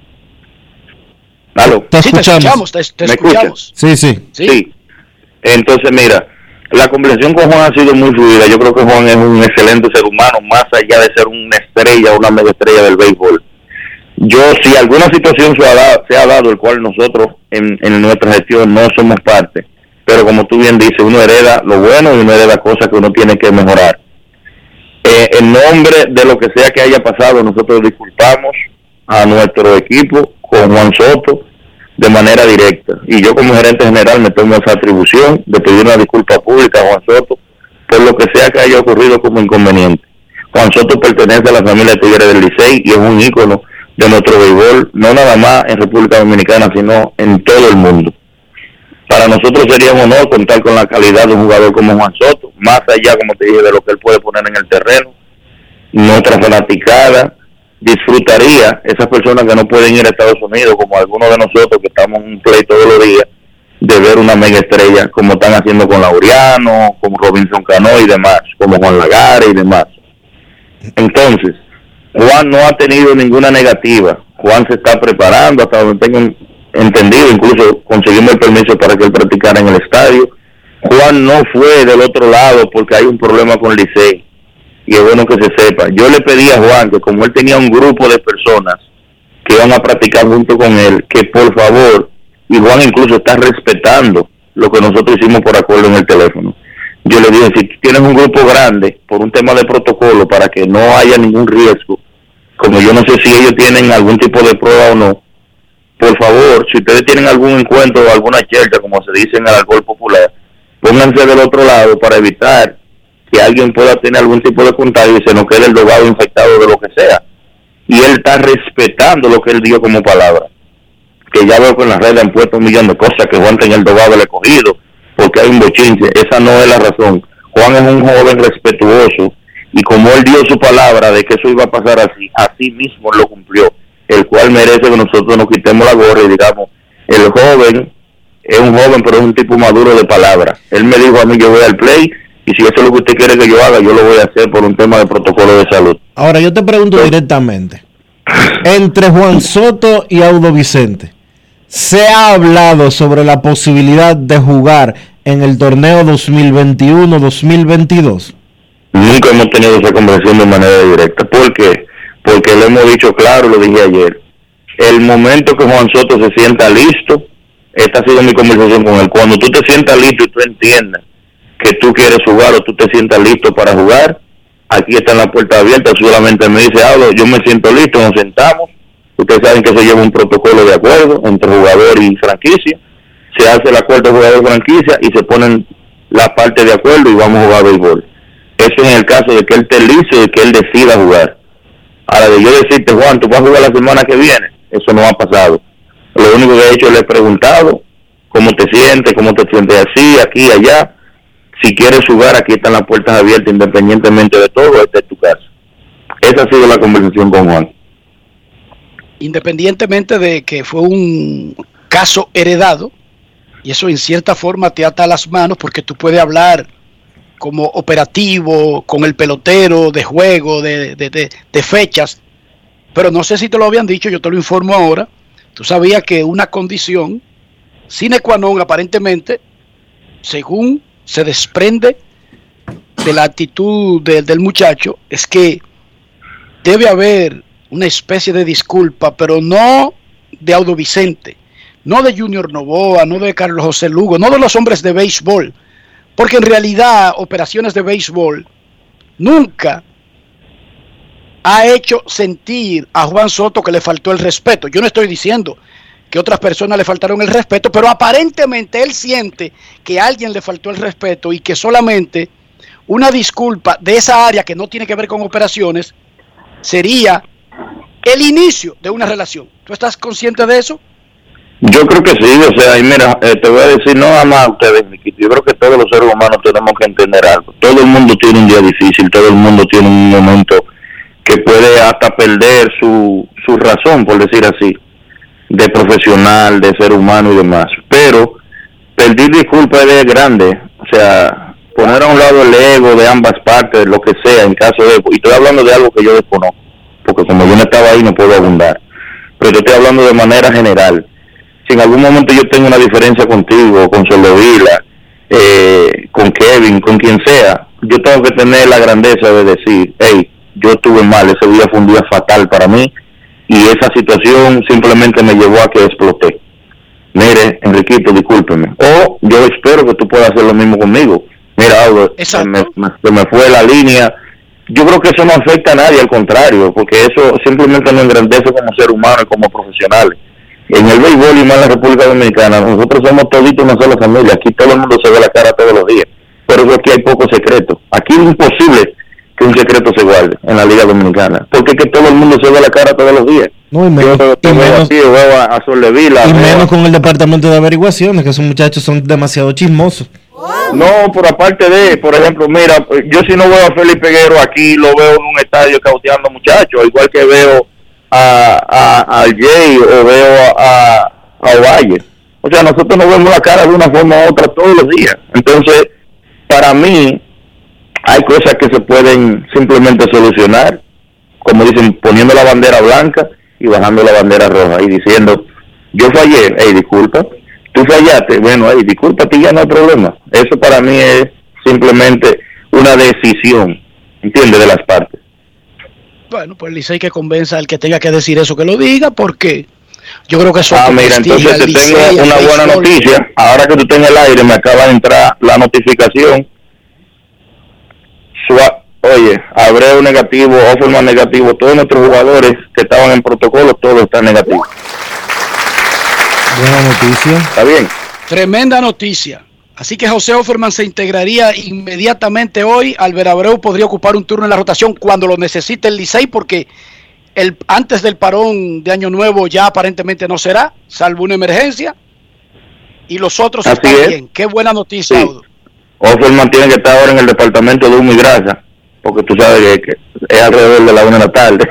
Te escuchamos. Te escuchamos. Sí. Entonces, mira, la conversación con Juan ha sido muy fluida. Yo creo que Juan es un excelente ser humano, más allá de ser una estrella, una mega estrella del béisbol. Si alguna situación se ha dado, el cual nosotros en nuestra gestión no somos parte, pero como tú bien dices, uno hereda lo bueno y uno hereda cosas que uno tiene que mejorar. En nombre de lo que sea que haya pasado, nosotros disculpamos a nuestro equipo con Juan Soto de manera directa, y yo como gerente general me tomo esa atribución de pedir una disculpa pública a Juan Soto por lo que sea que haya ocurrido como inconveniente. Juan Soto pertenece a la familia Tigres del Licey y es un ícono de nuestro béisbol, no nada más en República Dominicana, sino en todo el mundo. Para nosotros sería un honor contar con la calidad de un jugador como Juan Soto, más allá, como te dije, de lo que él puede poner en el terreno. Nuestra fanaticada disfrutaría, esas personas que no pueden ir a Estados Unidos, como algunos de nosotros que estamos en un play todos los días, de ver una mega estrella, como están haciendo con Laureano, como Robinson Cano y demás, como Juan Lagares y demás. Entonces, Juan no ha tenido ninguna negativa. Juan se está preparando, hasta donde tengo entendido, incluso conseguimos el permiso para que él practicara en el estadio. Juan no fue del otro lado porque hay un problema con Licey, y es bueno que se sepa. Yo le pedí a Juan que, como él tenía un grupo de personas que iban a practicar junto con él, que por favor, y Juan incluso está respetando lo que nosotros hicimos por acuerdo en el teléfono. Yo le dije, si tienes un grupo grande, por un tema de protocolo, para que no haya ningún riesgo, como yo no sé si ellos tienen algún tipo de prueba o no, por favor, si ustedes tienen algún encuentro o alguna chercha, como se dice en el alcohol popular, pónganse del otro lado para evitar que alguien pueda tener algún tipo de contagio y se nos quede el dogado infectado de lo que sea. Y él está respetando lo que él dio como palabra. Que ya veo que en las redes han puesto un millón de cosas, que Juan tenía el dogado del escogido, porque hay un bochinche. Esa no es la razón. Juan es un joven respetuoso, y como él dio su palabra de que eso iba a pasar así mismo lo cumplió, el cual merece que nosotros nos quitemos la gorra y digamos, el joven es un joven, pero es un tipo maduro de palabra. Él me dijo a mí, yo voy al play, y si eso es lo que usted quiere que yo haga, yo lo voy a hacer por un tema de protocolo de salud. Ahora, yo te pregunto directamente, entre Juan Soto y Audo Vicente, ¿se ha hablado sobre la posibilidad de jugar en el torneo 2021-2022? Nunca hemos tenido esa conversación de manera directa. ¿Por qué? Porque le hemos dicho claro, lo dije ayer, el momento que Juan Soto se sienta listo, esta ha sido mi conversación con él, cuando tú te sientas listo y tú entiendas que tú quieres jugar o tú te sientas listo para jugar, aquí está en la puerta abierta, solamente me dice, yo me siento listo, nos sentamos, ustedes saben que se lleva un protocolo de acuerdo entre jugador y franquicia, se hace el acuerdo de jugador franquicia y se ponen la parte de acuerdo y vamos a jugar béisbol. Eso en el caso de que él esté listo y de que él decida jugar. Ahora, de yo decirte, Juan, tú vas a jugar la semana que viene, eso no ha pasado. Lo único que he hecho, le he preguntado cómo te sientes así, aquí, allá. Si quieres jugar, aquí están las puertas abiertas, independientemente de todo, esta es tu casa. Esa ha sido la conversación con Juan. Independientemente de que fue un caso heredado, y eso en cierta forma te ata las manos, porque tú puedes hablar como operativo, con el pelotero, de juego, de fechas, pero no sé si te lo habían dicho, yo te lo informo ahora. Tú sabías que una condición sine qua non, aparentemente, según se desprende de la actitud del muchacho, es que debe haber una especie de disculpa, pero no de Audo Vicente, no de Junior Novoa, no de Carlos José Lugo, no de los hombres de béisbol, porque en realidad operaciones de béisbol nunca ha hecho sentir a Juan Soto que le faltó el respeto. Yo no estoy diciendo que otras personas le faltaron el respeto, pero aparentemente él siente que a alguien le faltó el respeto y que solamente una disculpa de esa área que no tiene que ver con operaciones sería el inicio de una relación. ¿Tú estás consciente de eso? Yo creo que sí, o sea, y mira, te voy a decir, no nada más a ustedes, Miquito, yo creo que todos los seres humanos tenemos que entender algo. Todo el mundo tiene un día difícil, todo el mundo tiene un momento que puede hasta perder su razón, por decir así, de profesional, de ser humano y demás. Pero pedir disculpas es grande, o sea, poner a un lado el ego de ambas partes, lo que sea, en caso de... Y estoy hablando de algo que yo desconozco, porque como yo no estaba ahí no puedo abundar. Pero yo estoy hablando de manera general. Si en algún momento yo tengo una diferencia contigo, con Soldevila, con Kevin, con quien sea, yo tengo que tener la grandeza de decir, hey, yo estuve mal, ese día fue un día fatal para mí, y esa situación simplemente me llevó a que exploté. Mire, Enriquito, discúlpeme. O yo espero que tú puedas hacer lo mismo conmigo. Mira, Aldo, se me fue la línea. Yo creo que eso no afecta a nadie, al contrario, porque eso simplemente nos engrandece como ser humano y como profesionales. En el béisbol y más en la República Dominicana, nosotros somos toditos una sola familia. Aquí todo el mundo se ve la cara todos los días. Pero aquí hay pocos secretos. Aquí es imposible que un secreto se guarde en la Liga Dominicana, porque es que todo el mundo se ve la cara todos los días. No, y menos, yo veo a Soldevila. Y menos con el departamento de averiguaciones, que esos muchachos son demasiado chismosos. No, por aparte de, por ejemplo, mira, yo si no veo a Félix Peguero aquí, lo veo en un estadio cauteando muchachos, igual que veo a Jay o veo a Ovalle. O sea, nosotros nos vemos la cara de una forma u otra todos los días. Entonces, para mí, hay cosas que se pueden simplemente solucionar, como dicen, poniendo la bandera blanca y bajando la bandera roja y diciendo, yo fallé, hey, disculpa, tú fallaste, bueno, hey, discúlpate, ya no hay problema. Eso para mí es simplemente una decisión, ¿entiendes?, de las partes. Bueno, pues Licey que convenza al que tenga que decir eso, que lo diga, porque yo creo que eso... mira, entonces te tengo una buena noticia. Ahora que tú estás en el aire, me acaba de entrar la notificación. Oye, Abreu negativo, Offerman negativo, todos nuestros jugadores que estaban en protocolo, todos están negativos. Buena noticia. ¿Está bien? Tremenda noticia. Así que José Offerman se integraría inmediatamente hoy. Albert Abreu podría ocupar un turno en la rotación cuando lo necesite el Licey, porque antes del parón de Año Nuevo ya aparentemente no será, salvo una emergencia. Y los otros Así están es. bien. Qué buena noticia, Sí. Audo. Offerman tiene que estar ahora en el departamento de humo y grasa, porque tú sabes que es alrededor de la 1 de la tarde.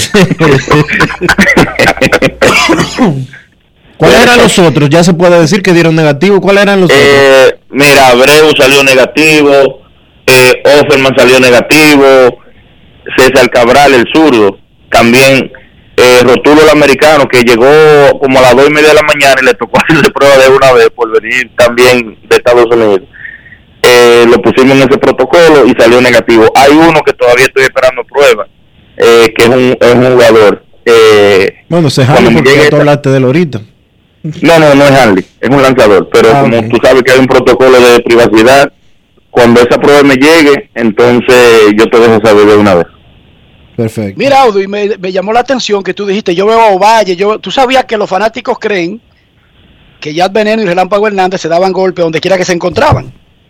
¿Cuáles eran los otros? Ya se puede decir que dieron negativo. ¿Cuáles eran los otros? Mira, Abreu salió negativo, Offerman salió negativo, César Cabral, el zurdo, también Rotulo el americano, que llegó como a las 2:30 de la mañana y le tocó hacerle prueba de una vez por venir también de Estados Unidos. Lo pusimos en ese protocolo y salió negativo. Hay uno que todavía estoy esperando prueba, que es un jugador. Bueno, se jala porque tú hablaste de él ahorita. No es Hanley, es un lanzador, pero como tú sabes que hay un protocolo de privacidad, cuando esa prueba me llegue, entonces yo te dejo saber de una vez. Perfecto. Mira, Audo, y me llamó la atención que tú dijiste, yo veo a Ovalle, tú sabías que los fanáticos creen que Yad Veneno y Relámpago Hernández se daban golpes donde quiera que se encontraban.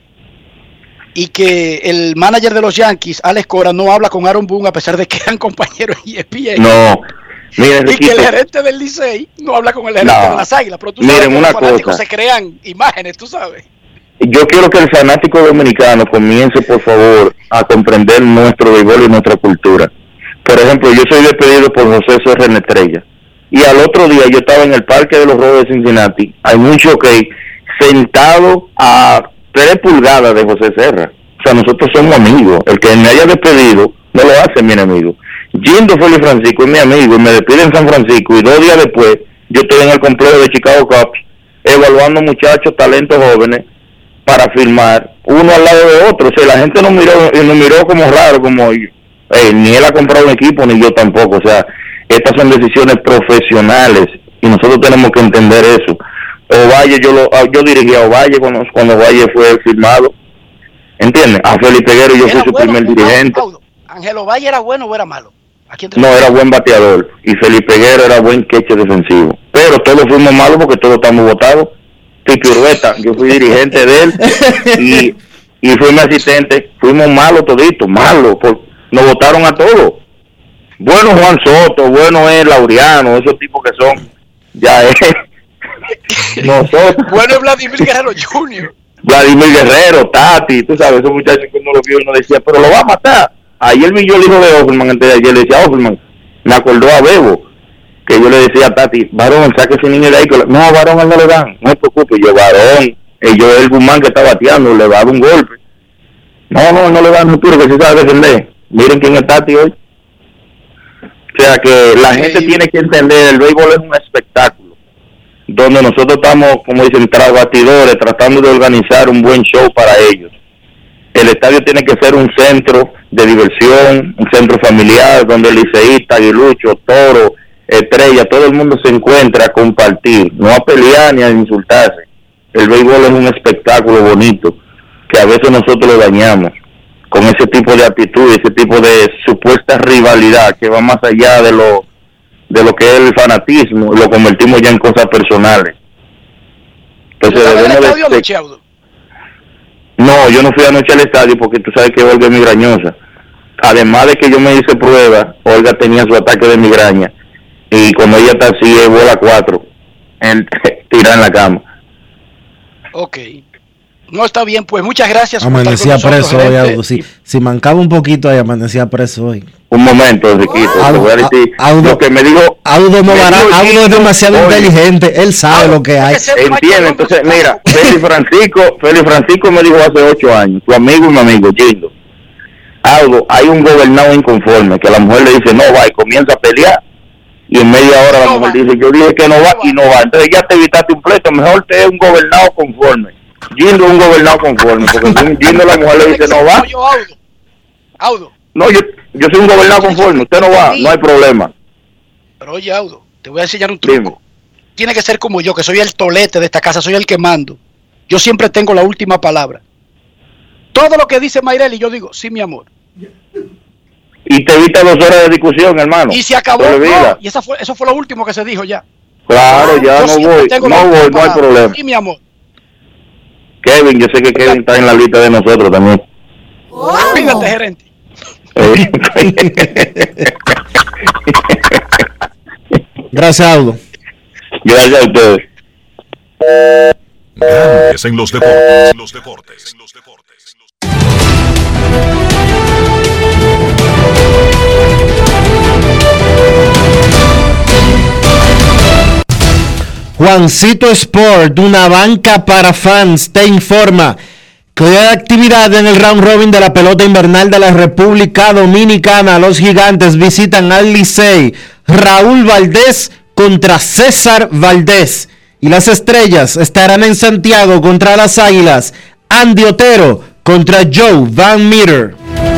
Y que el manager de los Yankees, Alex Cora, no habla con Aaron Boone a pesar de que eran compañeros en ESPN. No. Miren, y que el gerente del Licey no habla con el gerente de las Águilas. Pero tú sabes que los fanáticos se crean imágenes, tú sabes. Yo quiero que el fanático dominicano comience, por favor, a comprender nuestro béisbol y nuestra cultura. Por ejemplo, yo soy despedido por José Serrano Estrella. Y al otro día yo estaba en el Parque de los Rojos de Cincinnati, hay un jockey sentado a 3 pulgadas de José Serra. O sea, nosotros somos amigos. El que me haya despedido no lo hace mi enemigo. Gindo Félix Francisco es mi amigo y me despide en San Francisco y 2 días después yo estoy en el complejo de Chicago Cubs evaluando muchachos, talentos jóvenes para firmar uno al lado de otro. O sea, la gente nos miró como raro, como ni él ha comprado un equipo ni yo tampoco. O sea, estas son decisiones profesionales y nosotros tenemos que entender eso. Ovalle, yo dirigí a Ovalle cuando Ovalle fue firmado, ¿entiendes? A Felipe Guerrero yo fui su primer dirigente. ¿Ángel Ovalle era bueno o era malo? No, era buen bateador y Felipe Guerrero era buen catcher defensivo, pero todos fuimos malos porque todos estamos votados. Pipi Urueta, yo fui dirigente de él y fui mi asistente, fuimos malos toditos, malos, nos votaron a todos. Bueno Juan Soto, bueno es Laureano, esos tipos que son, ya es nosotros. Bueno es Vladimir Guerrero Jr. Vladimir Guerrero, Tati, tú sabes, esos muchachos que uno lo vio y uno decía, pero lo va a matar. Ayer vi yo el hijo de Offerman, antes de ayer le decía, Offerman, me acordó a Bebo, que yo le decía a Tati, varón, saque ese niño de ahí, no, varón, él no le dan, no se preocupe, yo, varón, yo el Guzmán que está bateando, le va a dar un golpe. No le dan un tiro, que sí sabe defender. Miren quién es Tati hoy. O sea que la gente tiene que entender, el béisbol es un espectáculo, donde nosotros estamos, como dicen, tras batidores, tratando de organizar un buen show para ellos. El estadio tiene que ser un centro de diversión, un centro familiar, donde el liceísta, aguilucho, toro, estrella, todo el mundo se encuentra a compartir, no a pelear ni a insultarse. El béisbol es un espectáculo bonito, que a veces nosotros lo dañamos, con ese tipo de actitud, ese tipo de supuesta rivalidad, que va más allá de lo que es el fanatismo, y lo convertimos ya en cosas personales. Entonces debemos de... No, yo no fui anoche al estadio porque tú sabes que Olga es migrañosa. Además de que yo me hice prueba, Olga tenía su ataque de migraña. Y como ella está así, es bola 4, tirada en la cama. Ok. No, está bien, pues muchas gracias. Amanecía preso hoy, Audo. Si mancaba un poquito ahí, amanecía preso hoy. Un momento, Riquito. Lo que me digo... Audo es demasiado inteligente, él sabe lo que hay. Entiende, entonces, mira, Félix Francisco me dijo hace 8 años, tu amigo y mi amigo, Gindo, Audo, hay un gobernado inconforme, que la mujer le dice no va y comienza a pelear, y en media hora la mujer dice, yo dije que no va y no va, entonces ya te evitaste un pleito, mejor te es un gobernado conforme. Gindo es un gobernado conforme, porque Gindo la mujer le dice no va. Audo. No, yo soy un gobernado conforme, usted no va, no hay problema. Pero oye, Audo, te voy a enseñar un truco. Dime. Tiene que ser como yo, que soy el tolete de esta casa, soy el que mando. Yo siempre tengo la última palabra. Todo lo que dice Mayreli, yo digo, sí, mi amor. Y te evita 2 horas de discusión, hermano. Y se acabó, no, y eso fue lo último que se dijo ya. Claro, ya no voy, no hay problema. Sí, mi amor. Kevin, yo sé que Kevin está en la lista de nosotros también. Pídate, gerente. Gracias, Audo. Gracias a ustedes. Grandes en los deportes. Juancito Sport, una banca para fans, te informa que hoy hay actividad en el round robin de la pelota invernal de la República Dominicana. Los Gigantes visitan al Licey. Raúl Valdés contra César Valdés. Y las Estrellas estarán en Santiago contra las Águilas. Andy Otero contra Joe Van Meter.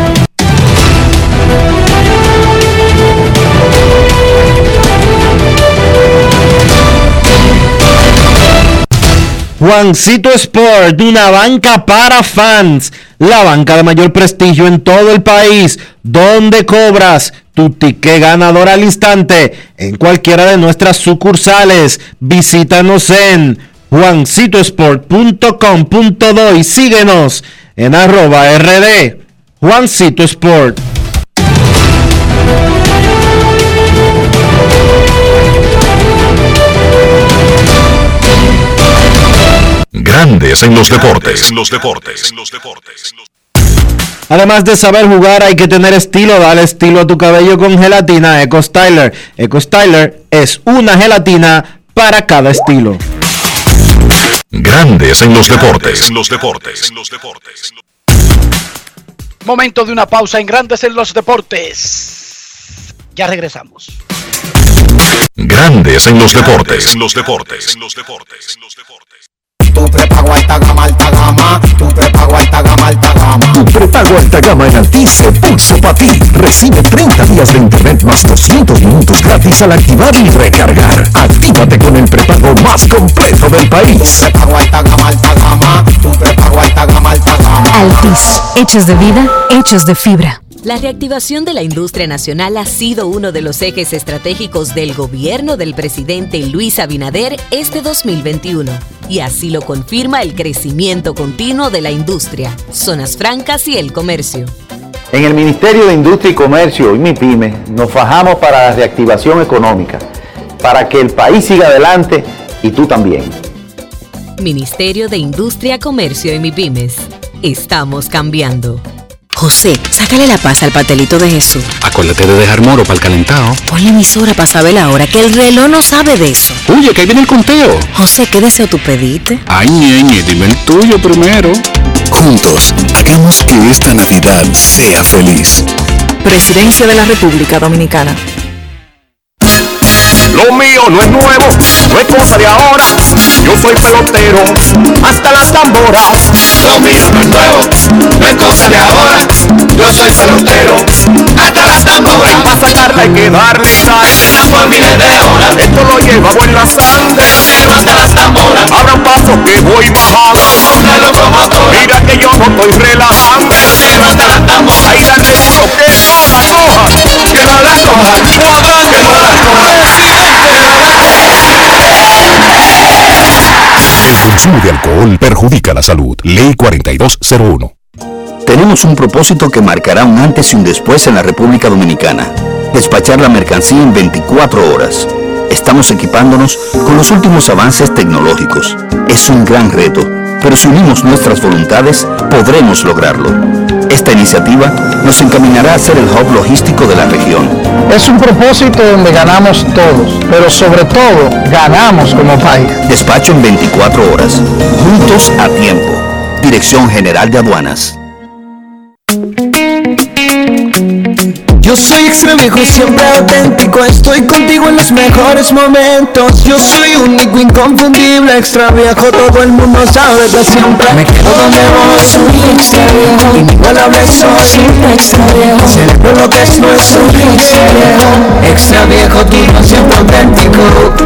Juancito Sport, una banca para fans, la banca de mayor prestigio en todo el país, donde cobras tu ticket ganador al instante en cualquiera de nuestras sucursales. Visítanos en juancitosport.com.do y síguenos en @RD Juancito Sport. Grandes en los deportes. Además de saber jugar, hay que tener estilo. Dale estilo a tu cabello con gelatina Eco Styler. Eco Styler es una gelatina para cada estilo. Grandes en los deportes. Momento de una pausa en Grandes en los Deportes. Ya regresamos. Grandes en los deportes. Tu prepago alta gama, tu prepago alta gama, Tu prepago alta gama en Altis se puso para ti. Recibe 30 días de internet más 200 minutos gratis al activar y recargar. Actívate con el prepago más completo del país. Tu prepago alta gama, tu prepago alta gama, Altis, hechos de vida, hechos de fibra. La reactivación de la industria nacional ha sido uno de los ejes estratégicos del gobierno del presidente Luis Abinader este 2021. Y así lo confirma el crecimiento continuo de la industria, zonas francas y el comercio. En el Ministerio de Industria y Comercio y MIPYME nos fajamos para la reactivación económica, para que el país siga adelante y tú también. Ministerio de Industria, Comercio y MIPYMES. Estamos cambiando. José, sácale la paz al pastelito de Jesús. Acuérdate de dejar moro para el calentado. Ponle emisora para saber la hora, que el reloj no sabe de eso. Oye, que ahí viene el conteo. José, ¿qué deseo tú pediste? Ay, ñeñe, dime el tuyo primero. Juntos, hagamos que esta Navidad sea feliz. Presidencia de la República Dominicana. Lo mío no es nuevo, no es cosa de ahora. Yo soy pelotero, hasta las tamboras. Lo mío no es nuevo, no es cosa de ahora. Yo soy pelotero, hasta las tamboras. Para sacarla hay que darle sal. Por miles de horas. Esto lo llevamos en la sangre. Pelotero hasta las tamboras. Abran paso que voy bajando. Como una locomotora. Mira que yo no estoy relajando. Pelotero hasta las tamboras. Ahí dale duro que no la coja. Que no la coja. Suave, que no la coja. El consumo de alcohol perjudica la salud. Ley 4201. Tenemos un propósito que marcará un antes y un después en la República Dominicana. Despachar la mercancía en 24 horas. Estamos equipándonos con los últimos avances tecnológicos. Es un gran reto, pero si unimos nuestras voluntades, podremos lograrlo. Esta iniciativa nos encaminará a ser el hub logístico de la región. Es un propósito donde ganamos todos, pero sobre todo ganamos como país. Despacho en 24 horas. Juntos a tiempo. Dirección General de Aduanas. Yo soy extra viejo, siempre auténtico. Estoy contigo en los mejores momentos. Yo soy único, inconfundible, extra viejo. Todo el mundo sabe que siempre me quedo donde voy. Soy extra viejo, inigualable soy. Siempre extra viejo, celebro lo que es nuestro. Extra viejo, extra viejo, tú no siempre auténtico.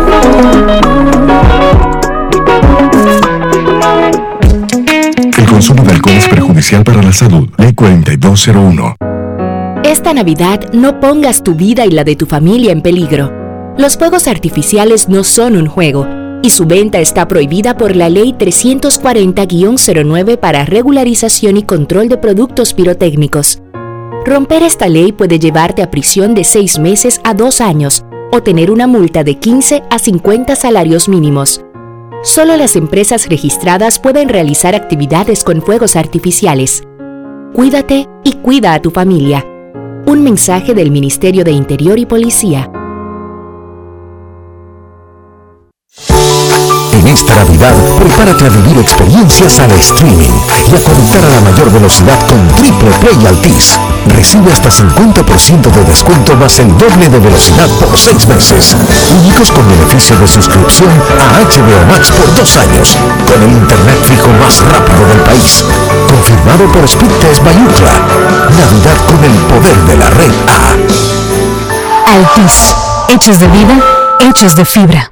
El consumo de alcohol es perjudicial para la salud. Ley 4201. Esta Navidad no pongas tu vida y la de tu familia en peligro. Los fuegos artificiales no son un juego y su venta está prohibida por la Ley 340-09 para regularización y control de productos pirotécnicos. Romper esta ley puede llevarte a prisión de 6 meses a 2 años o tener una multa de 15 a 50 salarios mínimos. Solo las empresas registradas pueden realizar actividades con fuegos artificiales. Cuídate y cuida a tu familia. Un mensaje del Ministerio de Interior y Policía. En esta Navidad, prepárate a vivir experiencias al streaming y a conectar a la mayor velocidad con Triple Play Altis. Recibe hasta 50% de descuento más el doble de velocidad por 6 meses. Únicos con beneficio de suscripción a HBO Max por 2 años, con el internet fijo más rápido del país. Confirmado por Speedtest by Ookla. Navidad con el poder de la red A. Altis, hechos de vida, hechos de fibra.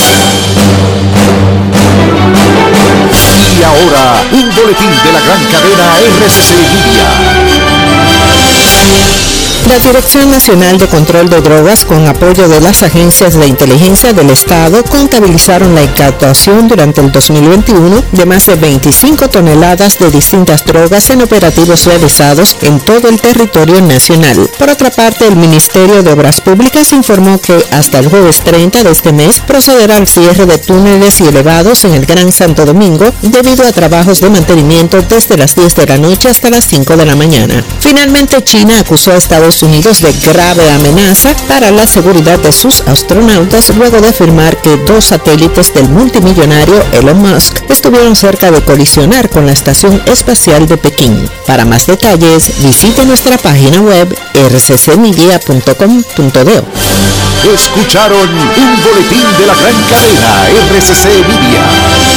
Y ahora, un boletín de la gran cadena RCC Media. La Dirección Nacional de Control de Drogas, con apoyo de las agencias de inteligencia del Estado, contabilizaron la incautación durante el 2021 de más de 25 toneladas de distintas drogas en operativos realizados en todo el territorio nacional. Por otra parte, el Ministerio de Obras Públicas informó que hasta el jueves 30 de este mes procederá al cierre de túneles y elevados en el Gran Santo Domingo debido a trabajos de mantenimiento desde las 10 de la noche hasta las 5 de la mañana. Finalmente, China acusó a Estados Unidos de grave amenaza para la seguridad de sus astronautas luego de afirmar que 2 satélites del multimillonario Elon Musk estuvieron cerca de colisionar con la Estación Espacial de Pekín. Para más detalles, visite nuestra página web rccmedia.com.do. Escucharon un boletín de la gran cadena RCC Media.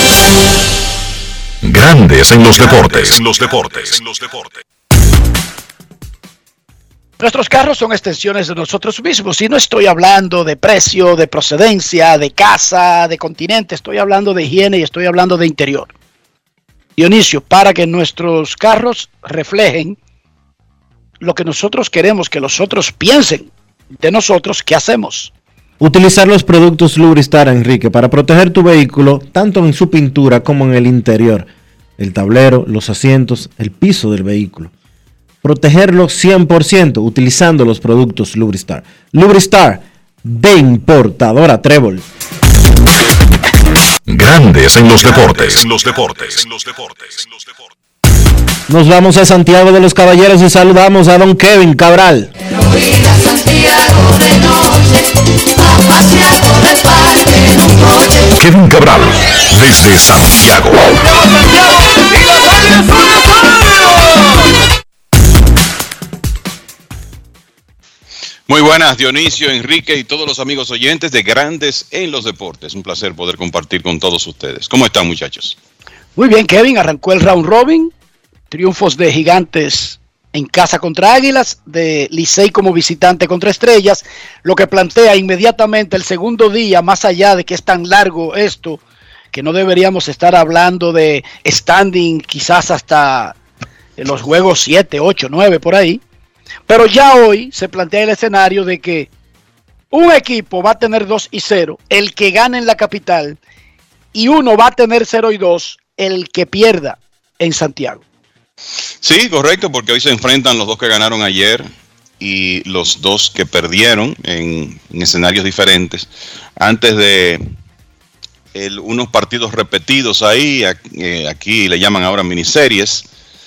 Grandes en los deportes. Nuestros carros son extensiones de nosotros mismos y no estoy hablando de precio, de procedencia, de casa, de continente, estoy hablando de higiene y estoy hablando de interior. Dionisio, para que nuestros carros reflejen lo que nosotros queremos que los otros piensen de nosotros, ¿qué hacemos? Utilizar los productos Lubristar, Enrique, para proteger tu vehículo tanto en su pintura como en el interior, el tablero, los asientos, el piso del vehículo. Protegerlo 100% utilizando los productos Lubristar. Lubristar, de importadora Trébol. Grandes en los deportes. Nos vamos a Santiago de los Caballeros y saludamos a don Kevin Cabral. Kevin Cabral, desde Santiago. Muy buenas, Dionisio, Enrique y todos los amigos oyentes de Grandes en los Deportes. Un placer poder compartir con todos ustedes. ¿Cómo están, muchachos? Muy bien, Kevin. Arrancó el round robin. Triunfos de Gigantes en casa contra Águilas, de Licey como visitante contra Estrellas, lo que plantea inmediatamente el segundo día, más allá de que es tan largo esto, que no deberíamos estar hablando de standing quizás hasta los juegos 7, 8, 9 por ahí. Pero ya hoy se plantea el escenario de que un equipo va a tener 2-0, el que gane en la capital, y uno va a tener 0-2, el que pierda en Santiago. Sí, correcto, porque hoy se enfrentan los dos que ganaron ayer y los dos que perdieron en escenarios diferentes. Antes de unos partidos repetidos ahí, aquí le llaman ahora miniseries,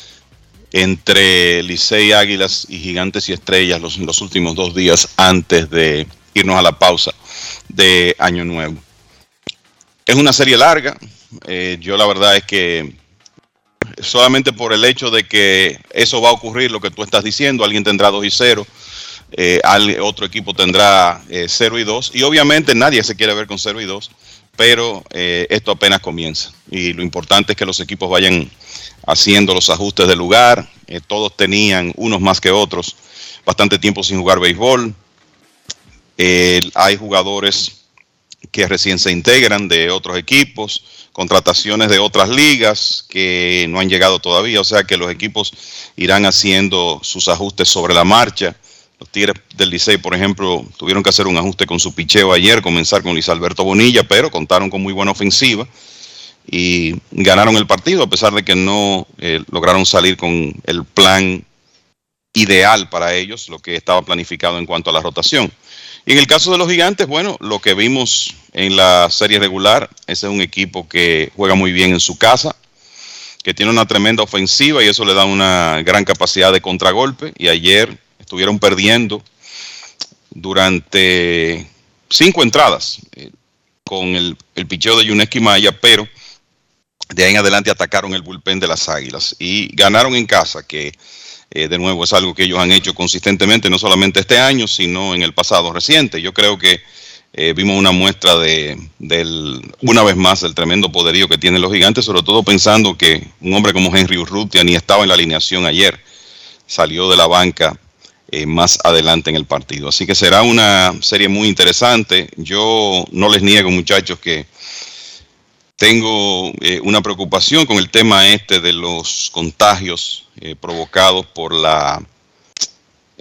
entre Licey, Águilas y Gigantes y Estrellas los últimos 2 días antes de irnos a la pausa de Año Nuevo. Es una serie larga. Yo la verdad es que solamente por el hecho de que eso va a ocurrir, lo que tú estás diciendo, alguien tendrá 2-0, otro equipo tendrá 0-2, y obviamente nadie se quiere ver con 0-2, pero esto apenas comienza, y lo importante es que los equipos vayan haciendo los ajustes de lugar. Todos tenían, unos más que otros, bastante tiempo sin jugar béisbol. Hay jugadores que recién se integran de otros equipos, contrataciones de otras ligas que no han llegado todavía, o sea que los equipos irán haciendo sus ajustes sobre la marcha. Los Tigres del Licey, por ejemplo, tuvieron que hacer un ajuste con su picheo ayer, comenzar con Luis Alberto Bonilla, pero contaron con muy buena ofensiva y ganaron el partido, a pesar de que no lograron salir con el plan ideal para ellos, lo que estaba planificado en cuanto a la rotación. Y en el caso de los Gigantes, bueno, lo que vimos en la serie regular, ese es un equipo que juega muy bien en su casa, que tiene una tremenda ofensiva y eso le da una gran capacidad de contragolpe, y ayer estuvieron perdiendo durante 5 entradas con el picheo de Yuneski Maya, pero de ahí en adelante atacaron el bullpen de las Águilas y ganaron en casa, que de nuevo es algo que ellos han hecho consistentemente, no solamente este año, sino en el pasado reciente. Yo creo que vimos una muestra una vez más, del tremendo poderío que tienen los Gigantes, sobre todo pensando que un hombre como Henry Urrutia ni estaba en la alineación ayer, salió de la banca más adelante en el partido. Así que será una serie muy interesante. Yo no les niego, muchachos, que tengo una preocupación con el tema de los contagios provocados por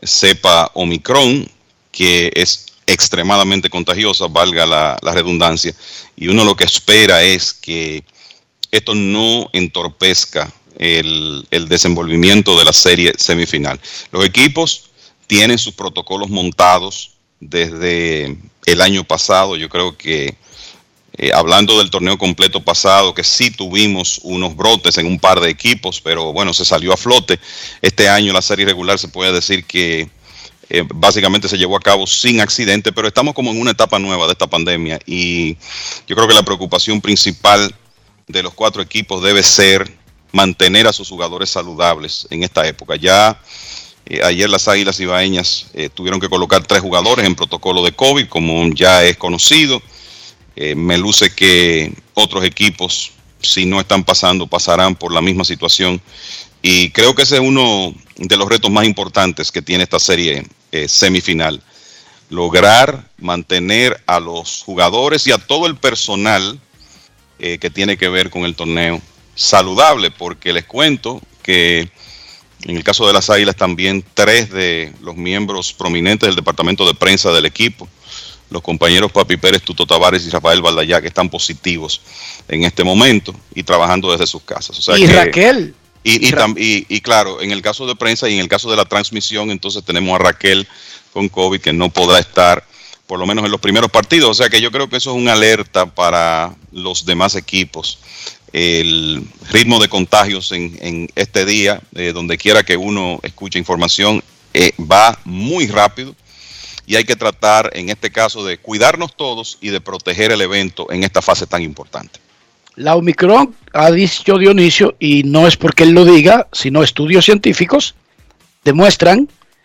cepa Omicron, que es extremadamente contagiosa, valga la redundancia, y uno lo que espera es que esto no entorpezca el desenvolvimiento de la serie semifinal. Los equipos tienen sus protocolos montados desde el año pasado. Yo creo que hablando del torneo completo pasado, que sí tuvimos unos brotes en un par de equipos, pero bueno, se salió a flote. Este año la serie regular se puede decir que básicamente se llevó a cabo sin accidente, pero estamos como en una etapa nueva de esta pandemia y yo creo que la preocupación principal de los 4 equipos debe ser mantener a sus jugadores saludables en esta época. Ya ayer las Águilas Ibaeñas tuvieron que colocar 3 jugadores en protocolo de COVID, como ya es conocido. Me luce que otros equipos, si no están pasando, pasarán por la misma situación. Y creo que ese es uno de los retos más importantes que tiene esta serie semifinal. Lograr mantener a los jugadores y a todo el personal que tiene que ver con el torneo saludable, porque les cuento que en el caso de las Águilas también 3 de los miembros prominentes del departamento de prensa del equipo, los compañeros Papi Pérez, Tuto Tavares y Rafael Valdayá, que están positivos en este momento y trabajando desde sus casas. O sea y Raquel. Y claro, en el caso de prensa y en el caso de la transmisión, entonces tenemos a Raquel con COVID, que no podrá estar por lo menos en los primeros partidos. O sea que yo creo que eso es una alerta para los demás equipos. El ritmo de contagios en este día, donde quiera que uno escuche información, va muy rápido. Y hay que tratar, en este caso, de cuidarnos todos y de proteger el evento en esta fase tan importante. La Omicron, ha dicho Dionisio, y no es porque él lo diga, sino estudios científicos demuestran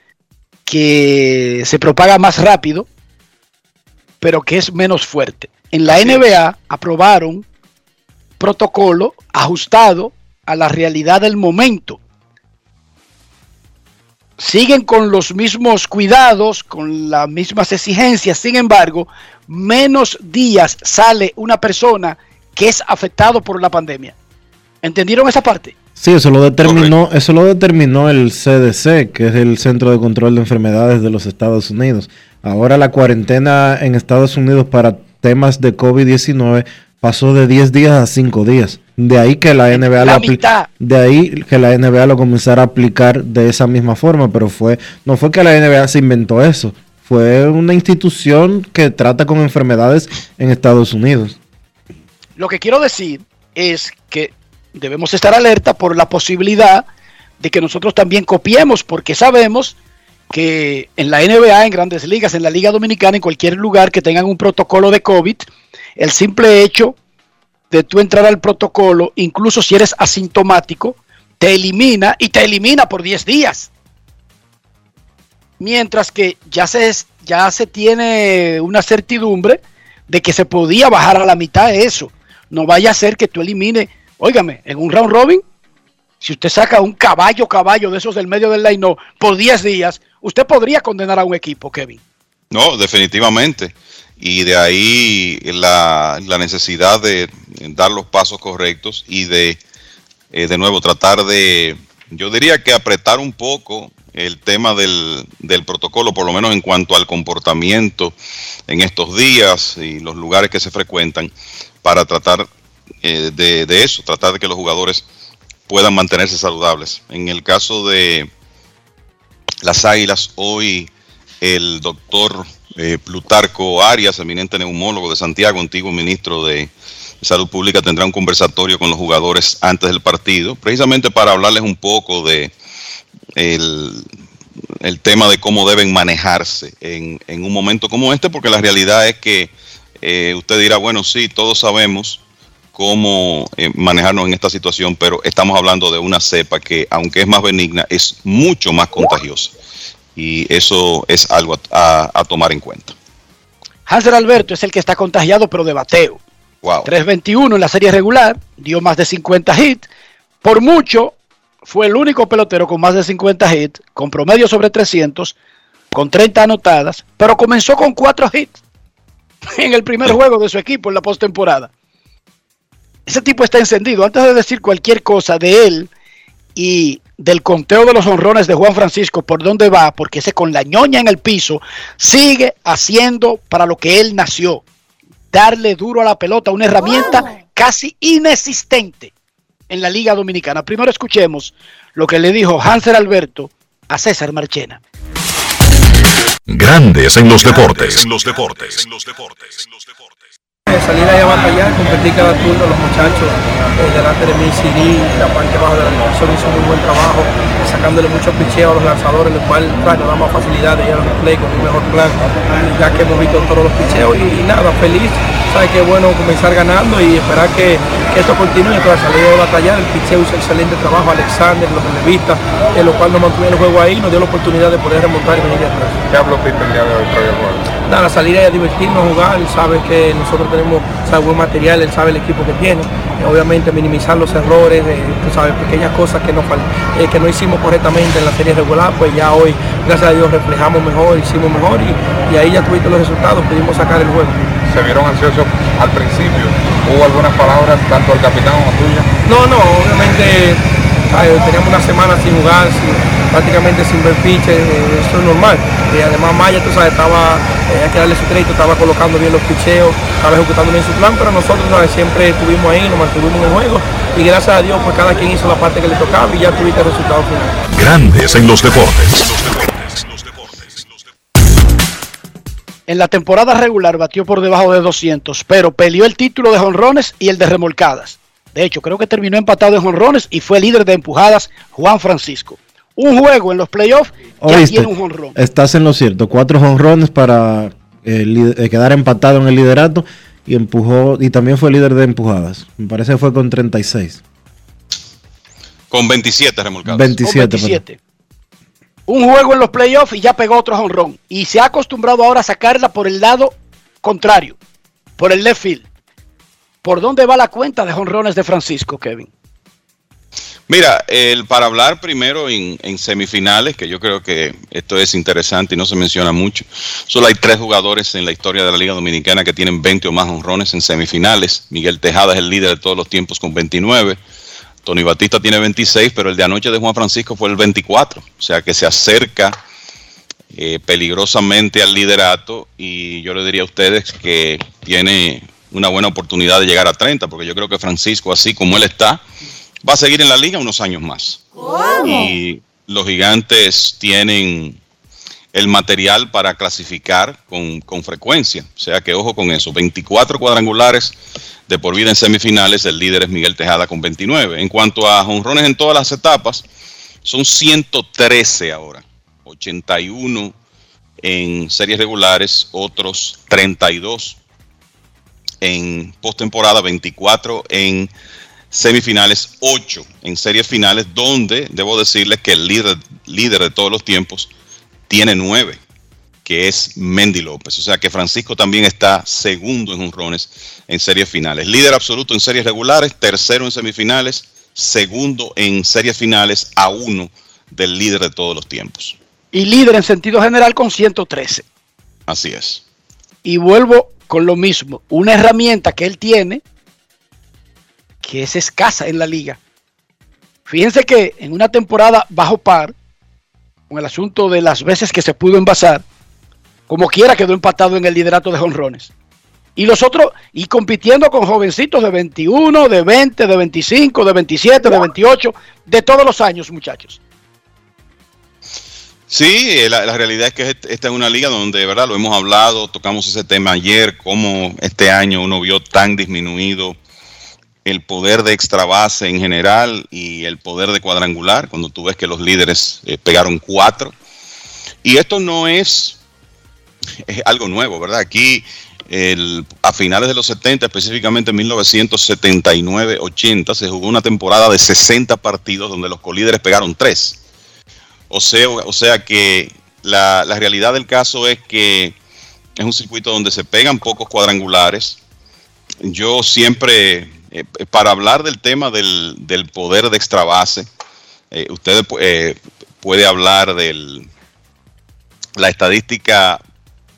que se propaga más rápido, pero que es menos fuerte. En la NBA aprobaron protocolo ajustado a la realidad del momento. Siguen con los mismos cuidados, con las mismas exigencias, sin embargo, menos días sale una persona que es afectado por la pandemia. ¿Entendieron esa parte? Sí, eso lo determinó el CDC, que es el Centro de Control de Enfermedades de los Estados Unidos. Ahora la cuarentena en Estados Unidos para temas de COVID-19 pasó de 10 días a 5 días. De ahí que la NBA lo comenzara a aplicar de esa misma forma, pero no fue que la NBA se inventó eso, fue una institución que trata con enfermedades en Estados Unidos. Lo que quiero decir es que debemos estar alerta por la posibilidad de que nosotros también copiemos, porque sabemos que en la NBA, en Grandes Ligas, en la Liga Dominicana, en cualquier lugar que tengan un protocolo de COVID, el simple hecho de tú entrar al protocolo, incluso si eres asintomático, te elimina y te elimina por 10 días. Mientras que ya se tiene una certidumbre de que se podía bajar a la mitad de eso. No vaya a ser que tú elimine, óigame, en un round robin, si usted saca un caballo de esos del medio del line por 10 días, usted podría condenar a un equipo, Kevin. No, definitivamente. Y de ahí la necesidad de dar los pasos correctos y de nuevo tratar de, yo diría que apretar un poco el tema del protocolo, por lo menos en cuanto al comportamiento en estos días y los lugares que se frecuentan, para tratar de eso, tratar de que los jugadores puedan mantenerse saludables. En el caso de las Águilas, hoy el doctor Plutarco Arias, eminente neumólogo de Santiago, antiguo ministro de Salud Pública, tendrá un conversatorio con los jugadores antes del partido, precisamente para hablarles un poco de el tema de cómo deben manejarse en un momento como este, porque la realidad es que usted dirá, bueno, sí, todos sabemos cómo manejarnos en esta situación, pero estamos hablando de una cepa que, aunque es más benigna, es mucho más contagiosa. Y eso es algo a tomar en cuenta. Hanser Alberto es el que está contagiado, pero de bateo. Wow. 3.21 en la serie regular, dio más de 50 hits. Por mucho, fue el único pelotero con más de 50 hits, con promedio sobre 300, con 30 anotadas, pero comenzó con 4 hits en el primer juego de su equipo en la postemporada. Ese tipo está encendido. Antes de decir cualquier cosa de él, y del conteo de los honrones de Juan Francisco, por dónde va, porque ese con la ñoña en el piso sigue haciendo para lo que él nació, darle duro a la pelota, una herramienta casi inexistente en la Liga Dominicana. Primero escuchemos lo que le dijo Hanser Alberto a César Marchena. Grandes en los deportes. Salir ahí a batallar, competir cada turno, los muchachos delante de mí, CD, la parte baja de la alineación hizo muy buen trabajo, sacándole mucho picheo a los lanzadores, lo cual nos da más facilidad de ir al play con un mejor plan, ya que hemos visto todos los picheos y nada, feliz, sabe que es bueno comenzar ganando y esperar que esto continúe, para salir a batallar. El picheo hizo excelente trabajo, Alexander, los relevistas, lo cual nos mantuvo el juego ahí, nos dio la oportunidad de poder remontar y venir de atrás. ¿Qué habló Pipe el día de hoy previo al juego? Nada, salir ahí a divertirnos, jugar, él sabe que nosotros tenemos buen material, él sabe el equipo que tiene, obviamente minimizar los errores, tú sabes, pequeñas cosas que no hicimos correctamente en la serie regular, pues ya hoy, gracias a Dios, reflejamos mejor, hicimos mejor y ahí ya tuviste los resultados, pudimos sacar el juego. ¿Se vieron ansiosos al principio? ¿Hubo algunas palabras tanto al capitán como tuya? No, obviamente teníamos una semana sin jugar, prácticamente sin ver pitches, eso es normal. Y además Maya, tú sabes, hay que darle su crédito, estaba colocando bien los picheos, estaba ejecutando bien su plan, pero nosotros, ¿sabes?, siempre estuvimos ahí, nos mantuvimos en el juego y gracias a Dios, pues cada quien hizo la parte que le tocaba y ya tuviste el resultado final. Grandes en los deportes. En la temporada regular batió por debajo de 200, pero peleó el título de jonrones y el de remolcadas. De hecho, creo que terminó empatado en jonrones y fue líder de empujadas Juan Francisco. Un juego en los playoffs ya tiene un jonrón. Estás en lo cierto, 4 jonrones para quedar empatado en el liderato y empujó, y también fue líder de empujadas. Me parece que fue con 36. Con 27 remolcadas. 27. Un juego en los playoffs y ya pegó otro jonrón. Y se ha acostumbrado ahora a sacarla por el lado contrario, por el left field. ¿Por dónde va la cuenta de jonrones de Francisco, Kevin? Mira, para hablar primero en semifinales, que yo creo que esto es interesante y no se menciona mucho, solo hay 3 jugadores en la historia de la Liga Dominicana que tienen 20 o más jonrones en semifinales. Miguel Tejada es el líder de todos los tiempos con 29. Tony Batista tiene 26, pero el de anoche de Juan Francisco fue el 24. O sea que se acerca peligrosamente al liderato y yo le diría a ustedes que tiene una buena oportunidad de llegar a 30, porque yo creo que Francisco, así como él está, va a seguir en la liga unos años más. ¿Cómo? Y los Gigantes tienen el material para clasificar con frecuencia. O sea que ojo con eso. 24 cuadrangulares de por vida en semifinales. El líder es Miguel Tejada con 29. En cuanto a jonrones en todas las etapas, son 113 ahora. 81 en series regulares, otros 32 en postemporada, 24 en semifinales, 8 en series finales, donde debo decirles que el líder de todos los tiempos tiene 9, que es Mendy López. O sea que Francisco también está segundo en jonrones en series finales. Líder absoluto en series regulares, tercero en semifinales, segundo en series finales, a 1 del líder de todos los tiempos. Y líder en sentido general con 113. Así es. Y vuelvo con lo mismo, una herramienta que él tiene que es escasa en la liga. Fíjense que en una temporada bajo par, con el asunto de las veces que se pudo envasar, como quiera quedó empatado en el liderato de jonrones. Y los otros, y compitiendo con jovencitos de 21, de 20, de 25, de 27, de 28, de todos los años, muchachos. Sí, la realidad es que esta es una liga donde, de verdad, lo hemos hablado, tocamos ese tema ayer, cómo este año uno vio tan disminuido el poder de extra base en general y el poder de cuadrangular, cuando tú ves que los líderes pegaron 4. Y esto no es algo nuevo, ¿verdad? Aquí, a finales de los 70, específicamente en 1979-80, se jugó una temporada de 60 partidos donde los colíderes pegaron 3. O sea que la realidad del caso es que es un circuito donde se pegan pocos cuadrangulares. Yo siempre, para hablar del tema del poder de extra base, usted puede hablar de la estadística,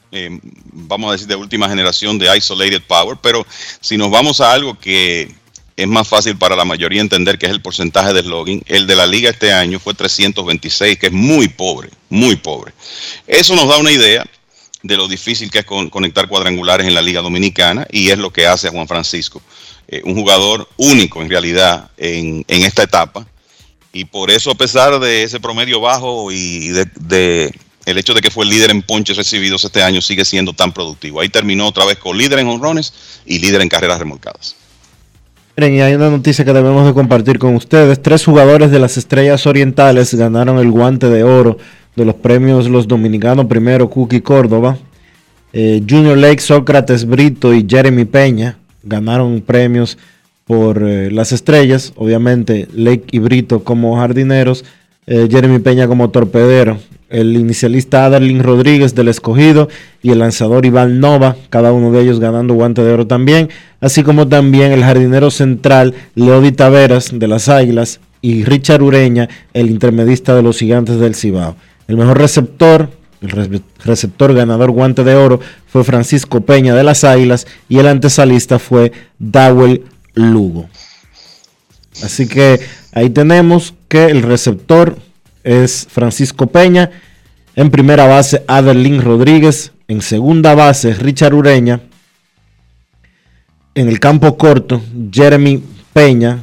vamos a decir, de última generación de isolated power, pero si nos vamos a algo que es más fácil para la mayoría entender que es el porcentaje de slugging. El de la liga este año fue 326, que es muy pobre, muy pobre. Eso nos da una idea de lo difícil que es conectar cuadrangulares en la Liga Dominicana, y es lo que hace a Juan Francisco, un jugador único en realidad en esta etapa, y por eso, a pesar de ese promedio bajo y de el hecho de que fue el líder en ponches recibidos este año, sigue siendo tan productivo. Ahí terminó otra vez con líder en honrones y líder en carreras remolcadas. Miren, y hay una noticia que debemos de compartir con ustedes. 3 jugadores de las Estrellas Orientales ganaron el guante de oro de los premios Los Dominicanos Primero, Cookie Córdoba. Junior Lake, Sócrates Brito y Jeremy Peña ganaron premios por las Estrellas. Obviamente Lake y Brito como jardineros, Jeremy Peña como torpedero. El inicialista Adarlin Rodríguez del Escogido y el lanzador Iván Nova, cada uno de ellos ganando guante de oro también, así como también el jardinero central Leody Taveras de las Águilas y Richard Ureña, el intermedista de los Gigantes del Cibao. El mejor receptor, el receptor ganador guante de oro, fue Francisco Peña de las Águilas, y el antesalista fue Dawel Lugo. Así que ahí tenemos que el receptor es Francisco Peña, en primera base Adarlin Rodríguez, en segunda base Richard Ureña, en el campo corto Jeremy Peña,